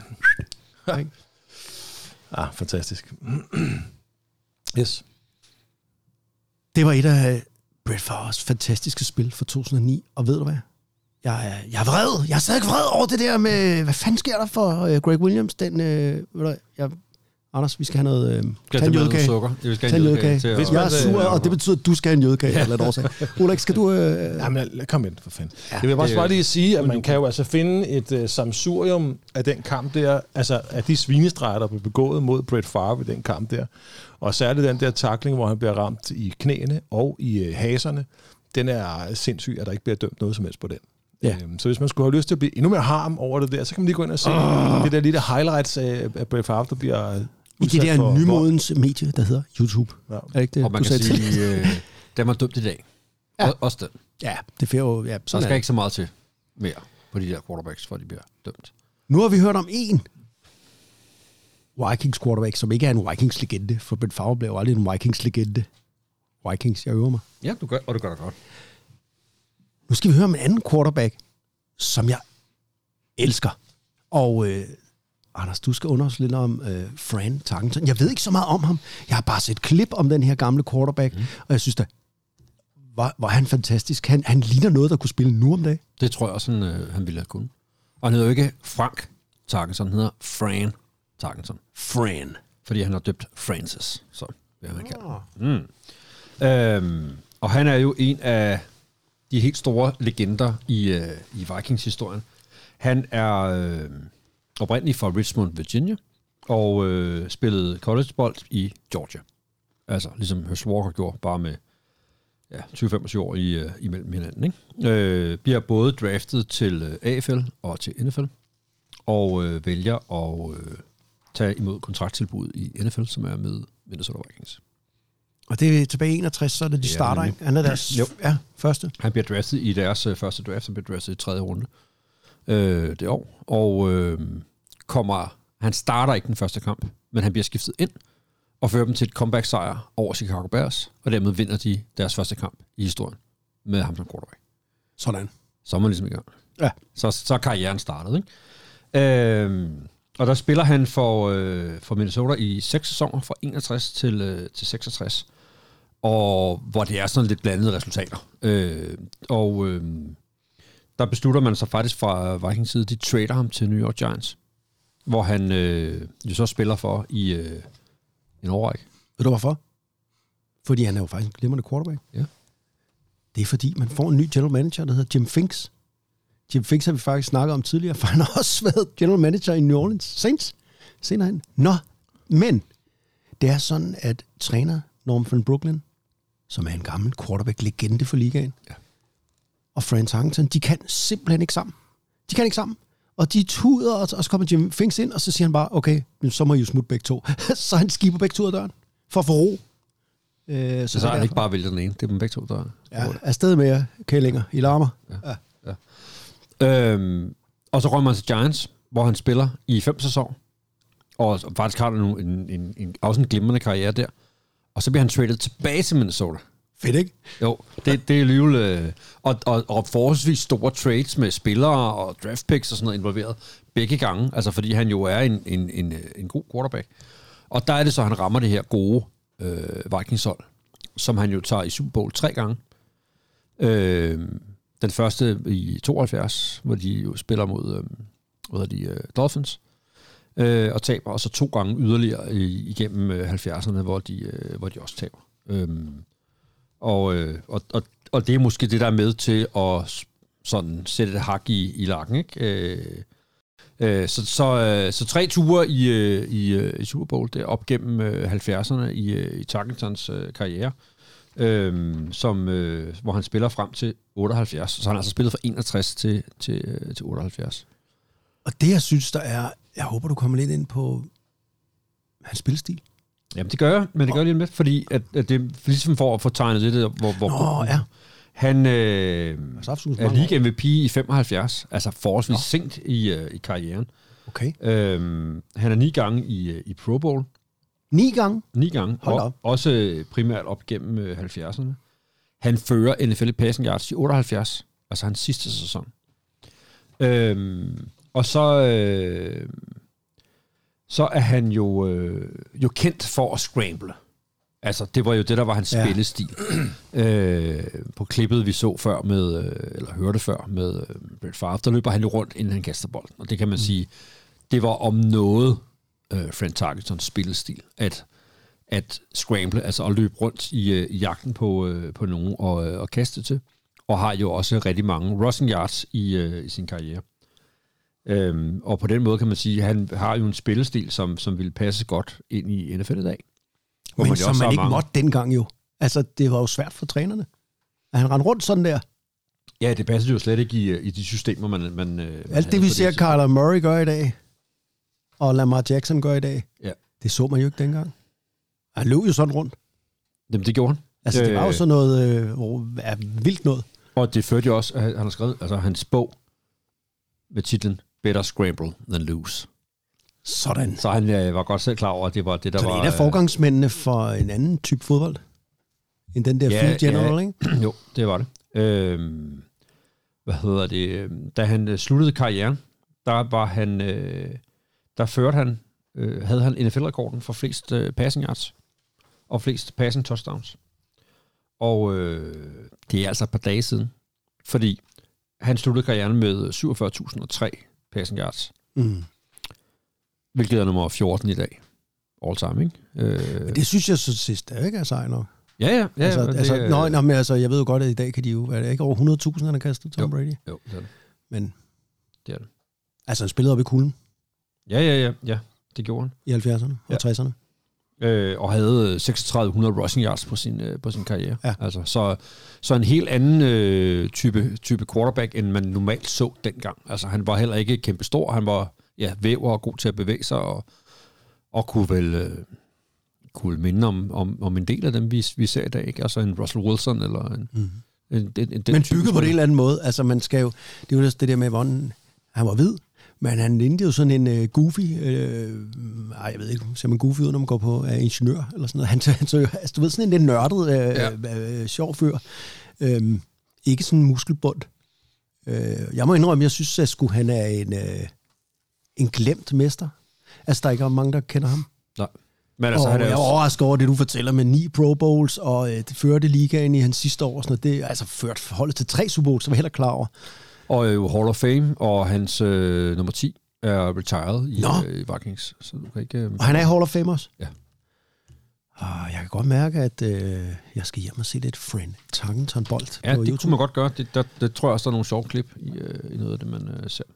Fantastisk. Yes. Det var et af Brett Favres fantastiske spil for 2009. Og ved du hvad? Jeg er vred. Jeg er stadig vred over det der med... Hvad fanden sker der for Greg Williams? Den... ved du, Anders, vi skal have noget... Tag en jødekage. Vi skal have en jødekage. Jeg er sur, og det betyder, at du skal have en jødekage. Eller et årsag. Ulrik, skal du... Jamen, kom ind, for fanden. Ja, jeg vil bare lige sige, at man kan jo altså finde et samsurium af den kamp der, altså af de svinestreger, der blev begået mod Brett Favre i den kamp der. Og særligt den der tackling, hvor han bliver ramt i knæene og i haserne, den er sindssyg, at der ikke bliver dømt noget som helst på den. Ja. Så hvis man skulle have lyst til at blive endnu mere harm over det der, så kan man lige gå ind og se det der lille highlights af Brett Favre, der bliver... I det der nymodens medie, der hedder YouTube. Ja. Er ikke det, og man kan sige, den var dømt i dag. Ja. Også den. Ja, det får jo... Ja, der skal ikke så meget til mere på de der quarterbacks, for de bliver dømt. Nu har vi hørt om en Vikings quarterback, som ikke er en Vikings-legende, for Brett Favre blev jo aldrig en Vikings-legende. Vikings, jeg øver mig. Ja, du gør det godt. Nu skal vi høre om en anden quarterback, som jeg elsker. Og Anders, du skal undersøge lidt om Fran Tarkenton. Jeg ved ikke så meget om ham. Jeg har bare set klip om den her gamle quarterback, og jeg synes da, var han fantastisk. Han ligner noget, der kunne spille nu om dagen. Det tror jeg også, han ville have kunnet. Og han hedder jo ikke Frank Tarkenton, han hedder Fran Tarkenton. Fran. Fordi han har døbt Francis, så hvad man kan. Og han er jo en af de helt store legender i Vikings-historien. Han er oprindelig fra Richmond, Virginia, og spillede collegebold i Georgia. Altså, ligesom Herschel Walker gjorde, bare med 20-25 år imellem hinanden. Ikke? Bliver både draftet til AFL og til NFL, og vælger at tage imod kontrakttilbud i NFL, som er med Minnesota Vikings. Og det er tilbage i 61, så er det de starter, ikke? Han er deres første. Han bliver draftet i deres første draft, som bliver draftet i 3. runde det år. Og han starter ikke den første kamp, men han bliver skiftet ind og fører dem til et comeback-sejr over Chicago Bears, og dermed vinder de deres første kamp i historien med ham som quarterback. Sådan. Så er man ligesom i gang. Ja. Så er karrieren startet, ikke? Og der spiller han for Minnesota i 6 sæsoner, fra 61 til 66, og hvor det er sådan lidt blandede resultater. Der beslutter man sig faktisk fra Vikings side, de trader ham til New York Giants, hvor han jo så spiller for i en årrække. Ved du hvorfor? Fordi han er jo faktisk en glimrende quarterback. Ja. Det er fordi, man får en ny general manager, der hedder Jim Finks. Jim Finks har vi faktisk snakket om tidligere, for han har også været general manager i New Orleans Saints senere hen. Men det er sådan, at træner Norm van Brooklyn, som er en gammel quarterback-legende for ligaen, og Fran Tarkenton, de kan simpelthen ikke sammen. De kan ikke sammen. Og de tuder, og så kommer Jim Finks ind, og så siger han bare, okay, så må I jo smutte begge to. Så han skiber begge to ud af døren, for at få ro. Så har han ikke bare væltet den ene, det er dem begge to, der afsted med jer, kællinger. I larmer. Ja. Og så rømmer man til Giants, hvor han spiller i 5 sæsoner, og faktisk har han nu også en glimrende karriere der. Og så bliver han traded tilbage til Minnesota. Fedt, ikke? Jo, det er alligevel... Og forholdsvis store trades med spillere og draft picks og sådan noget involveret begge gange, altså fordi han jo er en god quarterback. Og der er det så, han rammer det her gode Vikings-hold, som han jo tager i Super Bowl 3 gange. Den første i 72, hvor de jo spiller mod Dolphins, og taber, og så 2 gange yderligere igennem 70'erne, hvor de også taber. Og det er måske det, der er med til at sådan sætte et hak i lakken, ikke? Så 3 ture i Super Bowl, det er op gennem 70'erne i Tarkingtons karriere, hvor han spiller frem til 78. Så han har altså spillet fra 61 til 78. Og det, jeg synes, der er... Jeg håber, du kommer lidt ind på hans spilstil. Jamen, det gør jeg, men det gør jeg lige med, fordi at det ligesom for at få tegnet det, hvor ja. Han er League MVP i 75, altså forholdsvis sent i karrieren. Okay. Han er 9 gange i Pro Bowl. 9 gange? 9 gange, også primært op gennem 70'erne. Han fører NFL i passing yards i 78, altså hans sidste sæson. Og så er han jo kendt for at scramble. Altså, det var jo det, der var hans spillestil. På klippet, vi så før med, eller hørte før med Brett Favre, der løber han jo rundt, inden han kaster bolden. Og det kan man sige, det var om noget Frank Tarkingtons spillestil, at scramble, altså at løbe rundt i jagten på nogen og kaste til. Og har jo også rigtig mange rushing yards i sin karriere. Og på den måde kan man sige, at han har jo en spillestil, som ville passe godt ind i NFL i dag. Men som man ikke måtte dengang jo. Altså, det var jo svært for trænerne. At han rendte rundt sådan der. Ja, det passer jo slet ikke i de systemer, man alt det, vi ser Kyler Murray gør i dag, og Lamar Jackson gør i dag, det så man jo ikke dengang. Han løb jo sådan rundt. Jamen, det gjorde han. Altså, det var jo sådan noget vildt noget. Og det førte jo også, han har skrevet, altså hans bog med titlen Better Scramble Than Lose. Sådan. Så han var godt selv klar over, at det var det, der var... Så det er en af forgangsmændene for en anden type fodbold, end den der field general, ikke? Jo, det var det. Da han sluttede karrieren, havde han NFL-rekorden for flest passing yards og flest passing touchdowns. Og det er altså et par dage siden, fordi han sluttede karrieren med 47.003 passing yards. Hvilket er nummer 14 i dag. All time, ikke? Det synes jeg så sidst er ikke er sej nok. Ja. Men jeg ved jo godt, at i dag kan de jo... Er det ikke over 100.000, han har kastet, Tom Brady? Jo, det er det. Men... Det er det. Altså, han spillede op i kulden. Ja, det gjorde han. I 70'erne og 60'erne. Og havde 3600 rushing yards på sin karriere. Ja. Altså, så en helt anden type quarterback, end man normalt så dengang. Altså, han var heller ikke kæmpe stor. Han var væver og god til at bevæge sig, og kunne minde om en del af dem, vi ser i dag. Ikke? Altså en Russell Wilson eller en men bygget på det en eller anden måde. Altså, man skal jo... Det er jo det der med, hvordan han var hvid, men han lignede jo sådan en goofy... jeg ved ikke, ser man goofy ud, når man går på ingeniør eller sådan noget. Han så altså, du ved, sådan en lidt nørdet, sjov fyr. Ikke sådan en muskelbund. Jeg må indrømme, jeg synes, at han er en glemt mester. Altså, der er ikke mange, der kender ham. Nej. Men altså, jeg er overrasket over det, du fortæller med 9 Pro Bowls, og det førte ligaen i hans sidste år. Sådan noget. Det er altså ført forholdet til 3 Super Bowls, så var jeg heller klar over. Og Hall of Fame, og hans nummer 10 er retired i Vikings. Så du kan ikke, og han er i Hall of Fame også? Ja. Jeg kan godt mærke, at jeg skal hjem og se lidt Frank Tarkenton-bold på YouTube. YouTube. Kunne man godt gøre. Det tror jeg også, der er nogle sjove klip i noget af det, man ser.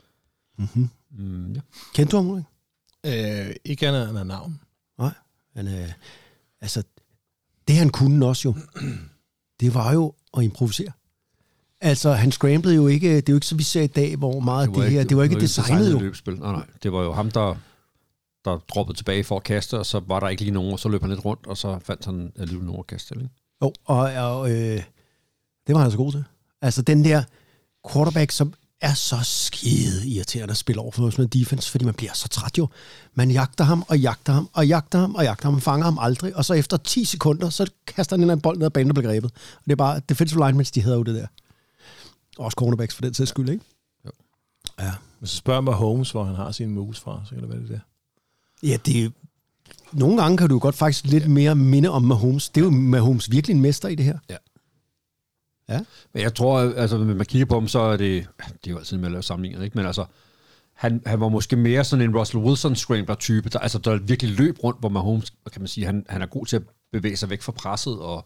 Ja. Kendte du ham, Ulrik? Ikke andet end navn. Nej. Altså, det han kunne også jo, det var jo at improvisere. Altså, han scramblede jo ikke, det er jo ikke så, vi ser i dag, hvor meget det var ikke designet jo. Løbspil. Nej, det var jo ham, der droppede tilbage for at kaste, og så var der ikke lige nogen, og så løb han lidt rundt, og så fandt han alligevel nogen at kaste. Ikke? Jo, og det var han så god til. Altså, den der quarterback, som er så skide irriterende at spille over for sådan en defense, fordi man bliver så træt jo. Man jagter ham, og jagter ham, og jagter ham, og jagter ham, fanger ham aldrig, og så efter 10 sekunder, så kaster han en eller anden bold ned ad banen, der bliver grebet. Og det er bare defensive linemen, de hedder jo det der. Også cornerbacks for den sags skyld, ikke? Jo. Ja. Men så spørger mig Holmes, hvor han har sine moves fra, så kan det være det der. Ja, det er... Nogle gange kan du godt faktisk lidt mere minde om Mahomes. Det er jo Mahomes virkelig en mester i det her. Ja. Ja. Men jeg tror, altså, når man kigger på ham, så er det er jo altid med at lave sammenligninger, ikke? Men altså, han var måske mere sådan en Russell Wilson scrambler-type, der virkelig løb rundt, hvor Mahomes, kan man sige, han er god til at bevæge sig væk fra presset,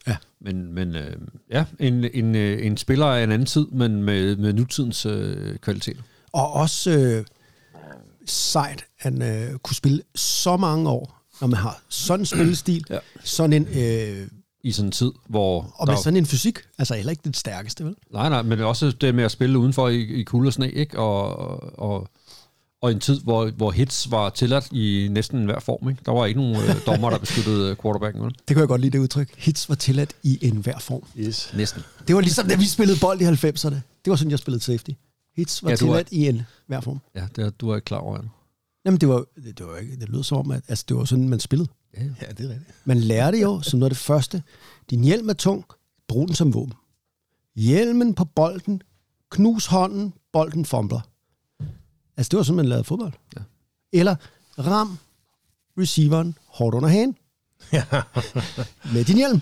Ja. Men en spiller af en anden tid, men med nutidens kvalitet. Og også sejt, at han kunne spille så mange år, når man har sådan en spillestil, sådan en... I sådan en tid, hvor... Og med sådan en fysik, altså heller ikke den stærkeste, vel? Nej, men også det med at spille udenfor i kulde og sne, ikke? Og en tid, hvor hits var tilladt i næsten enhver form, ikke? Der var ikke nogen dommer, der beskyttede quarterbacken, vel? Det kan jeg godt lide, det udtryk. Hits var tilladt i enhver form. Yes. Næsten. Det var ligesom, da vi spillede bold i 90'erne. Det var sådan, jeg spillede safety. Hits var tilladt i enhver form. Ja, du er ikke klar over det. Jamen, det var ikke... Det lød som om, at altså, det var sådan, man spillede. Ja, det er rigtigt. Man lærte jo, som noget af det første, din hjelm er tung, brug den som våben. Hjelmen på bolden, knus hånden, bolden fumbler. Altså, det var sådan, man lavede fodbold. Ja. Eller ram receiveren hårdt under hagen. Ja. Med din hjelm.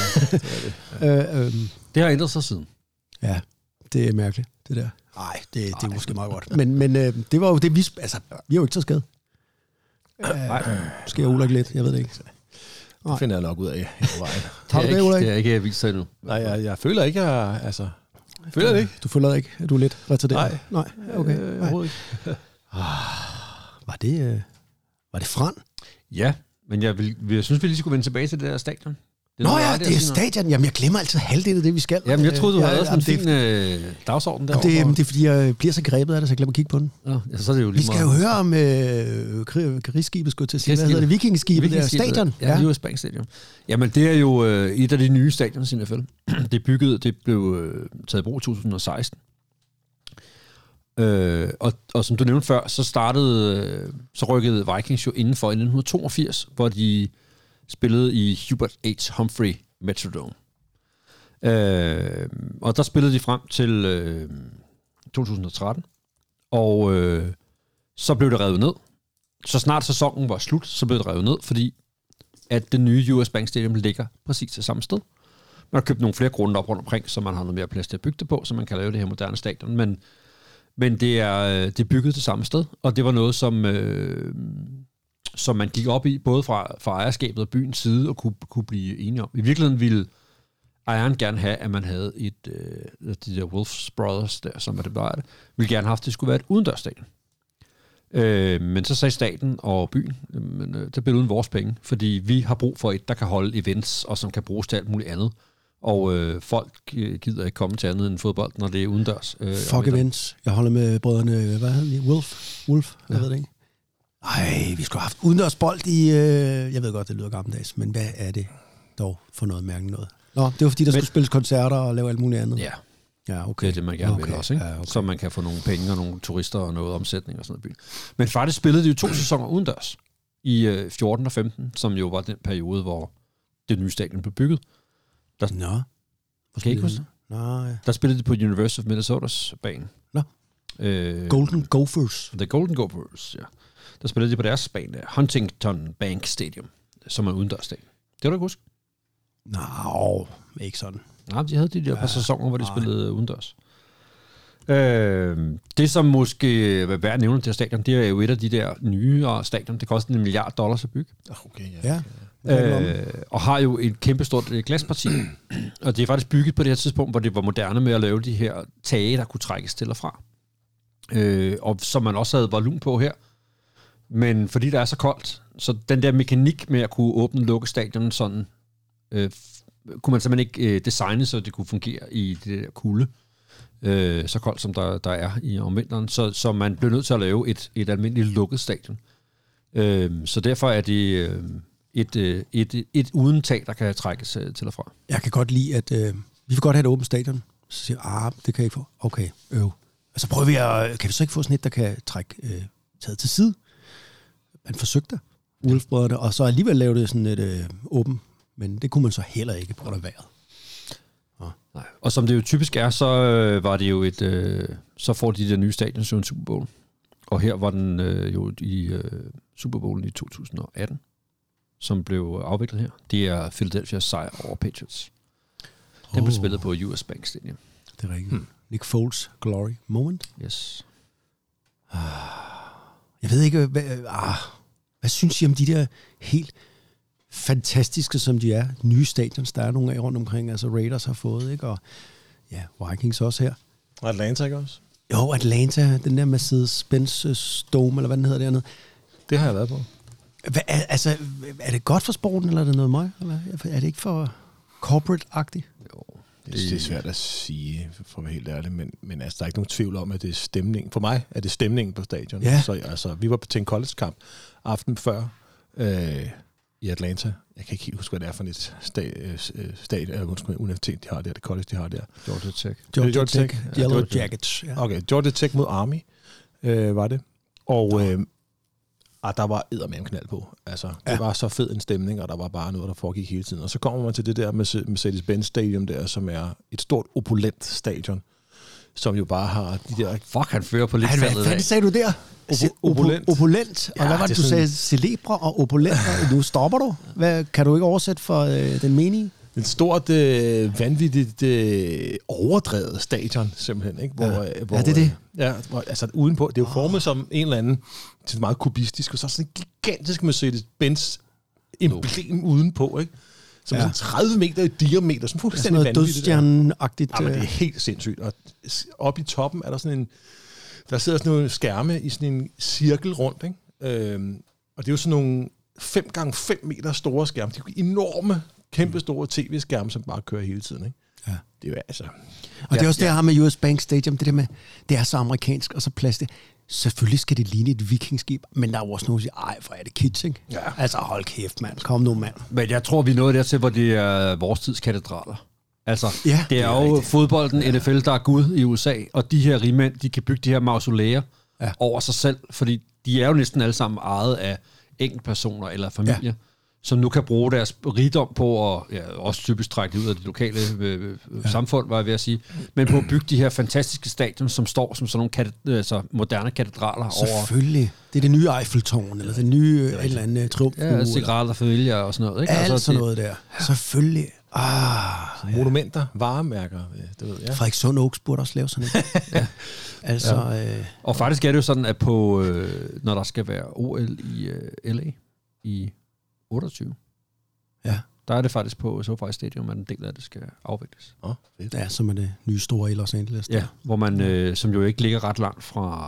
Det har ændret sig siden. Ja, det er mærkeligt, det der. Nej, det er måske meget godt. Men det var jo det, vi... Altså, vi er jo ikke så skade. Skal jeg ulægge lidt? Jeg ved det ikke. Det finder jeg nok ud af i vejen. Har du det, Ulrik? Det er ikke vist sig endnu. Nej, jeg føler ikke, føler det ikke. Du føler ikke, at du er lidt retarderet? Nej. Okay. Overhovedet ikke. Var det Fran? Ja, men jeg synes, vi lige skulle vende tilbage til det der stadion. Det er stadion. Jamen, jeg glemmer altid halvdelen af det, vi skal. Jamen, jeg troede, du havde sådan en fin dagsorden derovre. Det er, fordi jeg bliver så grebet af det, så jeg glemmer at kigge på den. Ja, så er det jo lige vi skal jo høre om krigsskibet, skulle til at sige. Hvad hedder det? Vikingskibet der? Stadion? Ja, US Bank Stadion. Jamen, det er jo et af de nye stadions i NFL. Det blev taget i brug i 2016. Og som du nævnte før, så rykkede Vikings jo indenfor i 1982, hvor de spillede i Hubert H. Humphrey Metrodome. Og der spillede de frem til 2013, og så blev det revet ned. Så snart sæsonen var slut, så blev det revet ned, fordi at det nye US Bank Stadium ligger præcis til samme sted. Man har købt nogle flere grunde op rundt omkring, så man har noget mere plads til at bygge det på, så man kan lave det her moderne stadion, men det er bygget det samme sted, og det var noget, som man gik op i, både fra ejerskabet og byens side, og kunne blive enige om. I virkeligheden ville ejeren gerne have, at man havde de der Wolves Brothers, der, som det var det, ville gerne have haft, at det skulle være et udendørsstadion. Men så sagde staten og byen, det bliver uden vores penge, fordi vi har brug for et, der kan holde events, og som kan bruges til alt muligt andet. Og folk gider ikke komme til andet end fodbold, når det er udendørs. Fuck events. Jeg holder med brødrene, hvad hedder de? Wolf? Jeg ved det ikke. Ej, vi skulle have haft udendørsbold i... jeg ved godt, det lyder gammeldags, men hvad er det dog for noget mærke noget? Nå, det var fordi, der skulle spilles koncerter og lave alt muligt andet. Ja. Ja, okay. Det er det, man gerne vil også, ikke? Ja, okay. Så man kan få nogle penge og nogle turister og noget omsætning og sådan noget. Men faktisk spillede de jo 2 sæsoner udendørs i 14 og 15, som jo var den periode, hvor det nye stadion blev bygget. Kan I ikke huske det? Nej. Der spillede de på University of Minnesotas bane. Nå. Golden Gophers. The Golden Gophers, ja. Der spillede de på deres bane, Huntington Bank Stadium, som er udendørsstadion. Det kan du ikke huske? Nå, ikke sådan. Nej, de havde de der par sæsoner, hvor de spillede udendørs. Det, som måske er værd at nævne til stadion, det er jo et af de der nye stadion. Det koster $1 milliard at bygge. Okay, ja. Og har jo et kæmpestort glasparti. Og det er faktisk bygget på det her tidspunkt, hvor det var moderne med at lave de her tage, der kunne trækkes til og fra. Og som man også havde volumen på her. Men fordi der er så koldt, så den der mekanik med at kunne åbne og lukke stadion sådan, kunne man simpelthen ikke designe, så det kunne fungere i det der kulde. Så koldt som der er om vinteren. Så man blev nødt til at lave et almindeligt lukket stadion. Så derfor er det et uden tag, der kan trækkes til og fra. Jeg kan godt lide, at vi vil godt have et åbent stadion. Så siger jeg, det kan jeg ikke få. Okay, Og så prøver vi kan vi så ikke få sådan et, der kan trække taget til side? Man forsøgte Wolf-brødrene, og så alligevel lave det sådan et åbent, men det kunne man så heller ikke på grund af vejret. Nej. Og som det jo typisk er, så var det jo så får de der nye stadions jo en Super Bowl. Og her var den jo i Super Bowlen i 2018, som blev afviklet her. Det er Philadelphia sejr over Patriots. Den blev spillet på US Bank Stadium. Det er rigtigt. Nick Foles glory moment. Yes. Jeg ved ikke, hvad synes I om de der helt fantastiske, som de er. Nye stadions, der er nogle af rundt omkring, altså Raiders har fået, ikke? Og ja, Vikings også her. Og Atlanta, ikke også? Jo, Atlanta, den der Mercedes-Benz Dome, eller hvad den hedder dernede. Det har jeg været på. Er det godt for sporten, eller er det noget møg? Eller er det ikke for corporate-agtigt? Jo, det er svært at sige, for at være helt ærlig, men altså, der er ikke nogen tvivl om, at det er stemning. For mig er det stemningen på stadion. Ja. Så altså, vi var til en college-kamp aften før i Atlanta. Jeg kan ikke helt huske, hvad det er for et universitet, de har der, det college, de har der. Georgia Tech. Georgia Tech. Yellow Jackets. Ja. Okay, Georgia Tech mod Army var det. Og der var eddermame knald på. Altså, det var så fed en stemning, og der var bare noget, der foregik hele tiden. Og så kommer man til det der Mercedes-Benz Stadium der, som er et stort opulent stadion, som jo bare har de der... Fuck, han fører på lidt faldet af. Hvad sagde du der? Opulent. Og hvad var det, du sagde? Celebre og opulent. Nu stopper du. Kan du ikke oversætte for den menige? Et stort, vanvittigt overdrevet stadion, simpelthen. Ikke? Hvor det er det. Ja, altså udenpå. Det er jo formet som en eller anden, det er meget kubistisk, og så sådan en gigantisk Mercedes-Benz emblem udenpå, ikke? Som er sådan 30 meter i diameter, sådan fuldstændig vanvittigt. Dødstjernen-agtigt. Ja, men det er helt sindssygt. Og oppe i toppen er der sådan en, der sidder sådan nogle skærme i sådan en cirkel rundt, ikke? Og det er jo sådan nogle 5x5 meter store skærme. Det er jo enorme, kæmpe store tv-skærme, som bare kører hele tiden, ikke? Ja. Det er jo altså... Og det er også det, jeg har med US Bank Stadium, det der med, det er så amerikansk, og så plads det. Selvfølgelig skal det ligne et vikingskib, men der er jo også nogen, der siger, ej, hvor er det kitsch, ikke? Ja. Altså, hold kæft, mand. Kom nu, mand. Men jeg tror, vi er nået dertil, hvor det er vores tids katedraler. Altså, ja, det er jo rigtigt. Fodbolden, NFL, der er Gud i USA, og de her rigmænd, de kan bygge de her mausolæer over sig selv, fordi de er jo næsten alle sammen ejet af enkeltpersoner eller familier, som nu kan bruge deres rigdom på at også typisk trække ud af det lokale samfund, var jeg ved at sige, men på at bygge de her fantastiske stadion, som står som sådan nogle moderne katedraler. Selvfølgelig. Det er det nye Eiffeltårn, eller det nye et eller andet triumfhue. Ja, Sagrada Familia og sådan noget. Ikke? Alt sådan noget der. Selvfølgelig. Monumenter, varemærker, det ved jeg. Frederikssund Oaks burde også lave sådan et. Altså, og faktisk er det jo sådan, at på, når der skal være OL i LA i 28, der er det faktisk på SoFi Stadium, at en del af det skal afvikles. Ja, som er det nye store i Los Angeles. Ja, hvor man, som jo ikke ligger ret langt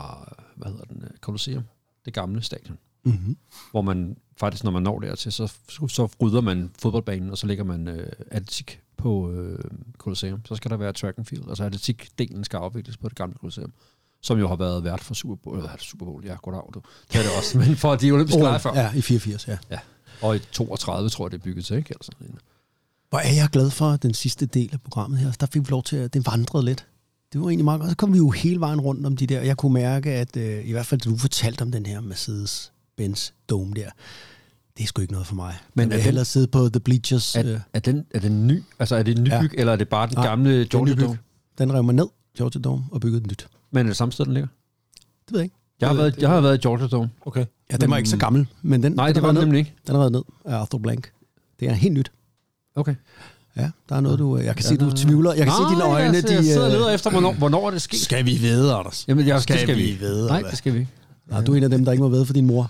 fra, Colosseum, det gamle stadion. Mm-hmm. Hvor man faktisk, når man når dertil, så rydder man fodboldbanen, og så lægger man atletik på Colosseum. Så skal der være track and field, og så atletikdelen skal afvikles på det gamle Colosseum, som jo har været vært for Super Bowl. Ja, goddag, du. Det er det også, men for de olympiske lege før. Ja, i 84, ja. Og i 32, tror jeg, det er bygget til, ikke? Altså, hvor er jeg glad for den sidste del af programmet her. Der fik vi lov til at det vandrede lidt. Det var egentlig meget godt. Så kom vi jo hele vejen rundt om de der, og jeg kunne mærke, at i hvert fald, du fortalte om den her Mercedes-Benz Dome der. Det er sgu ikke noget for mig. Men jeg hellere sidde på The Bleachers. Er den ny? Altså er det en nybyg, eller er det bare den gamle Georgia Dome? Den rev man ned, Georgia Dome, og byggede den nyt. Men er det samme sted, den ligger? Det ved jeg ikke. Jeg har været i Georgia Dome. Okay. Ja, den var ikke så gammel, men den det var nemlig ikke. Den er revet ned af Arthur Blank. Det er helt nyt. Okay. Ja, der er noget, du... Jeg kan se, du tvivler. Jeg kan se dine øjne, jeg sidder og leder efter, hvornår er det sket. Skal vi vide, Anders? Jamen, skal vi vide? Nej, det skal vi ikke. Nej, du er en af dem, der ikke må vide for din mor.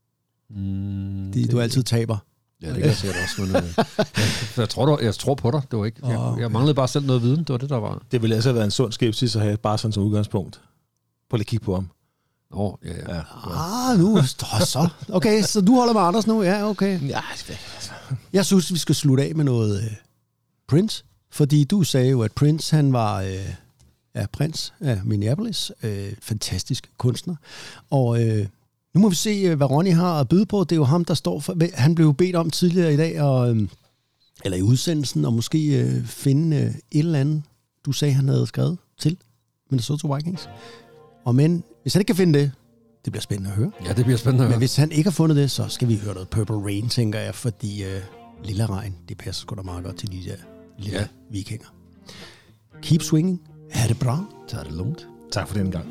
Du altid taber. Ja, det kan jeg sikkert også. Jeg tror på dig. Det var ikke. Jeg manglede bare selv noget viden. Det var det, der var. Det ville altså have været en sund skepsis at have bare sådan som udgangspunkt. Prøv lige at kigge på ham. Ja. Nu så. Okay, så du holder med Anders nu? Ja, okay. Ja, jeg synes, vi skal slutte af med noget Prince. Fordi du sagde jo, at Prince, han var prins af Minneapolis. Fantastisk kunstner. Og nu må vi se, hvad Ronny har at byde på. Det er jo ham, der står for... Han blev bedt om tidligere i dag, eller i udsendelsen, at måske finde et eller andet, du sagde, han havde skrevet til Minnesota Vikings. Og men, hvis han ikke kan finde det, det bliver spændende at høre. Ja, det bliver spændende at høre. Men hvis han ikke har fundet det, så skal vi høre noget Purple Rain, tænker jeg, fordi Lille Regn, det passer sgu da meget godt til de der lille vikinger. Keep swinging. Ha' det bra. Tag det lugnt. Tak for den gang.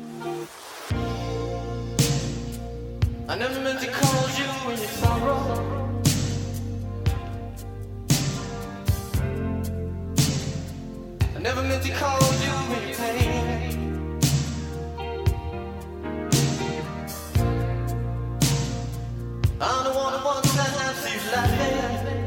I never meant to cause you any sorrow. I never meant to cause you any pain. I'm the one who wants to have you laughing.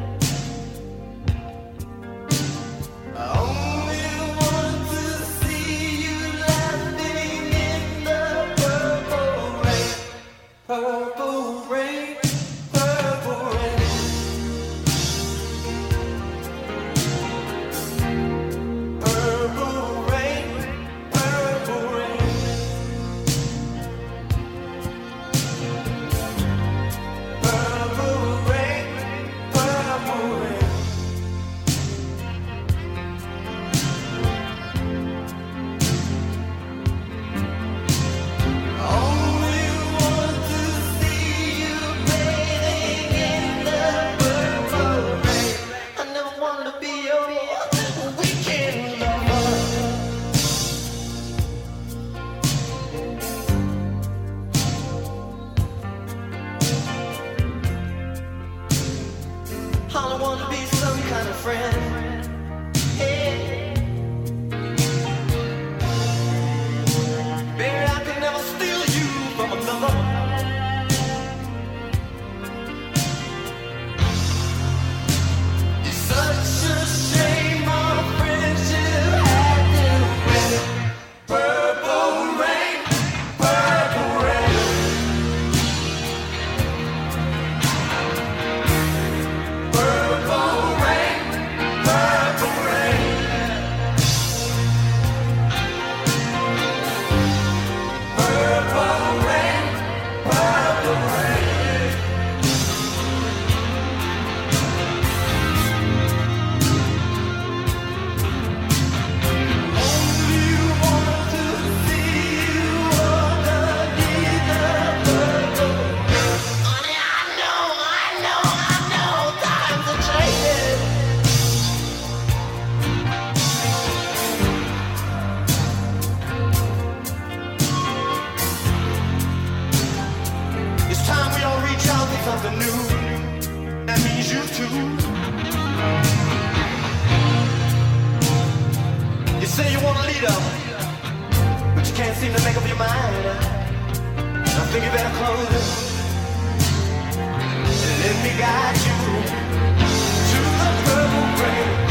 say you want a leader, but you can't seem to make up your mind. I think you better close it and let me guide you to the purple rain.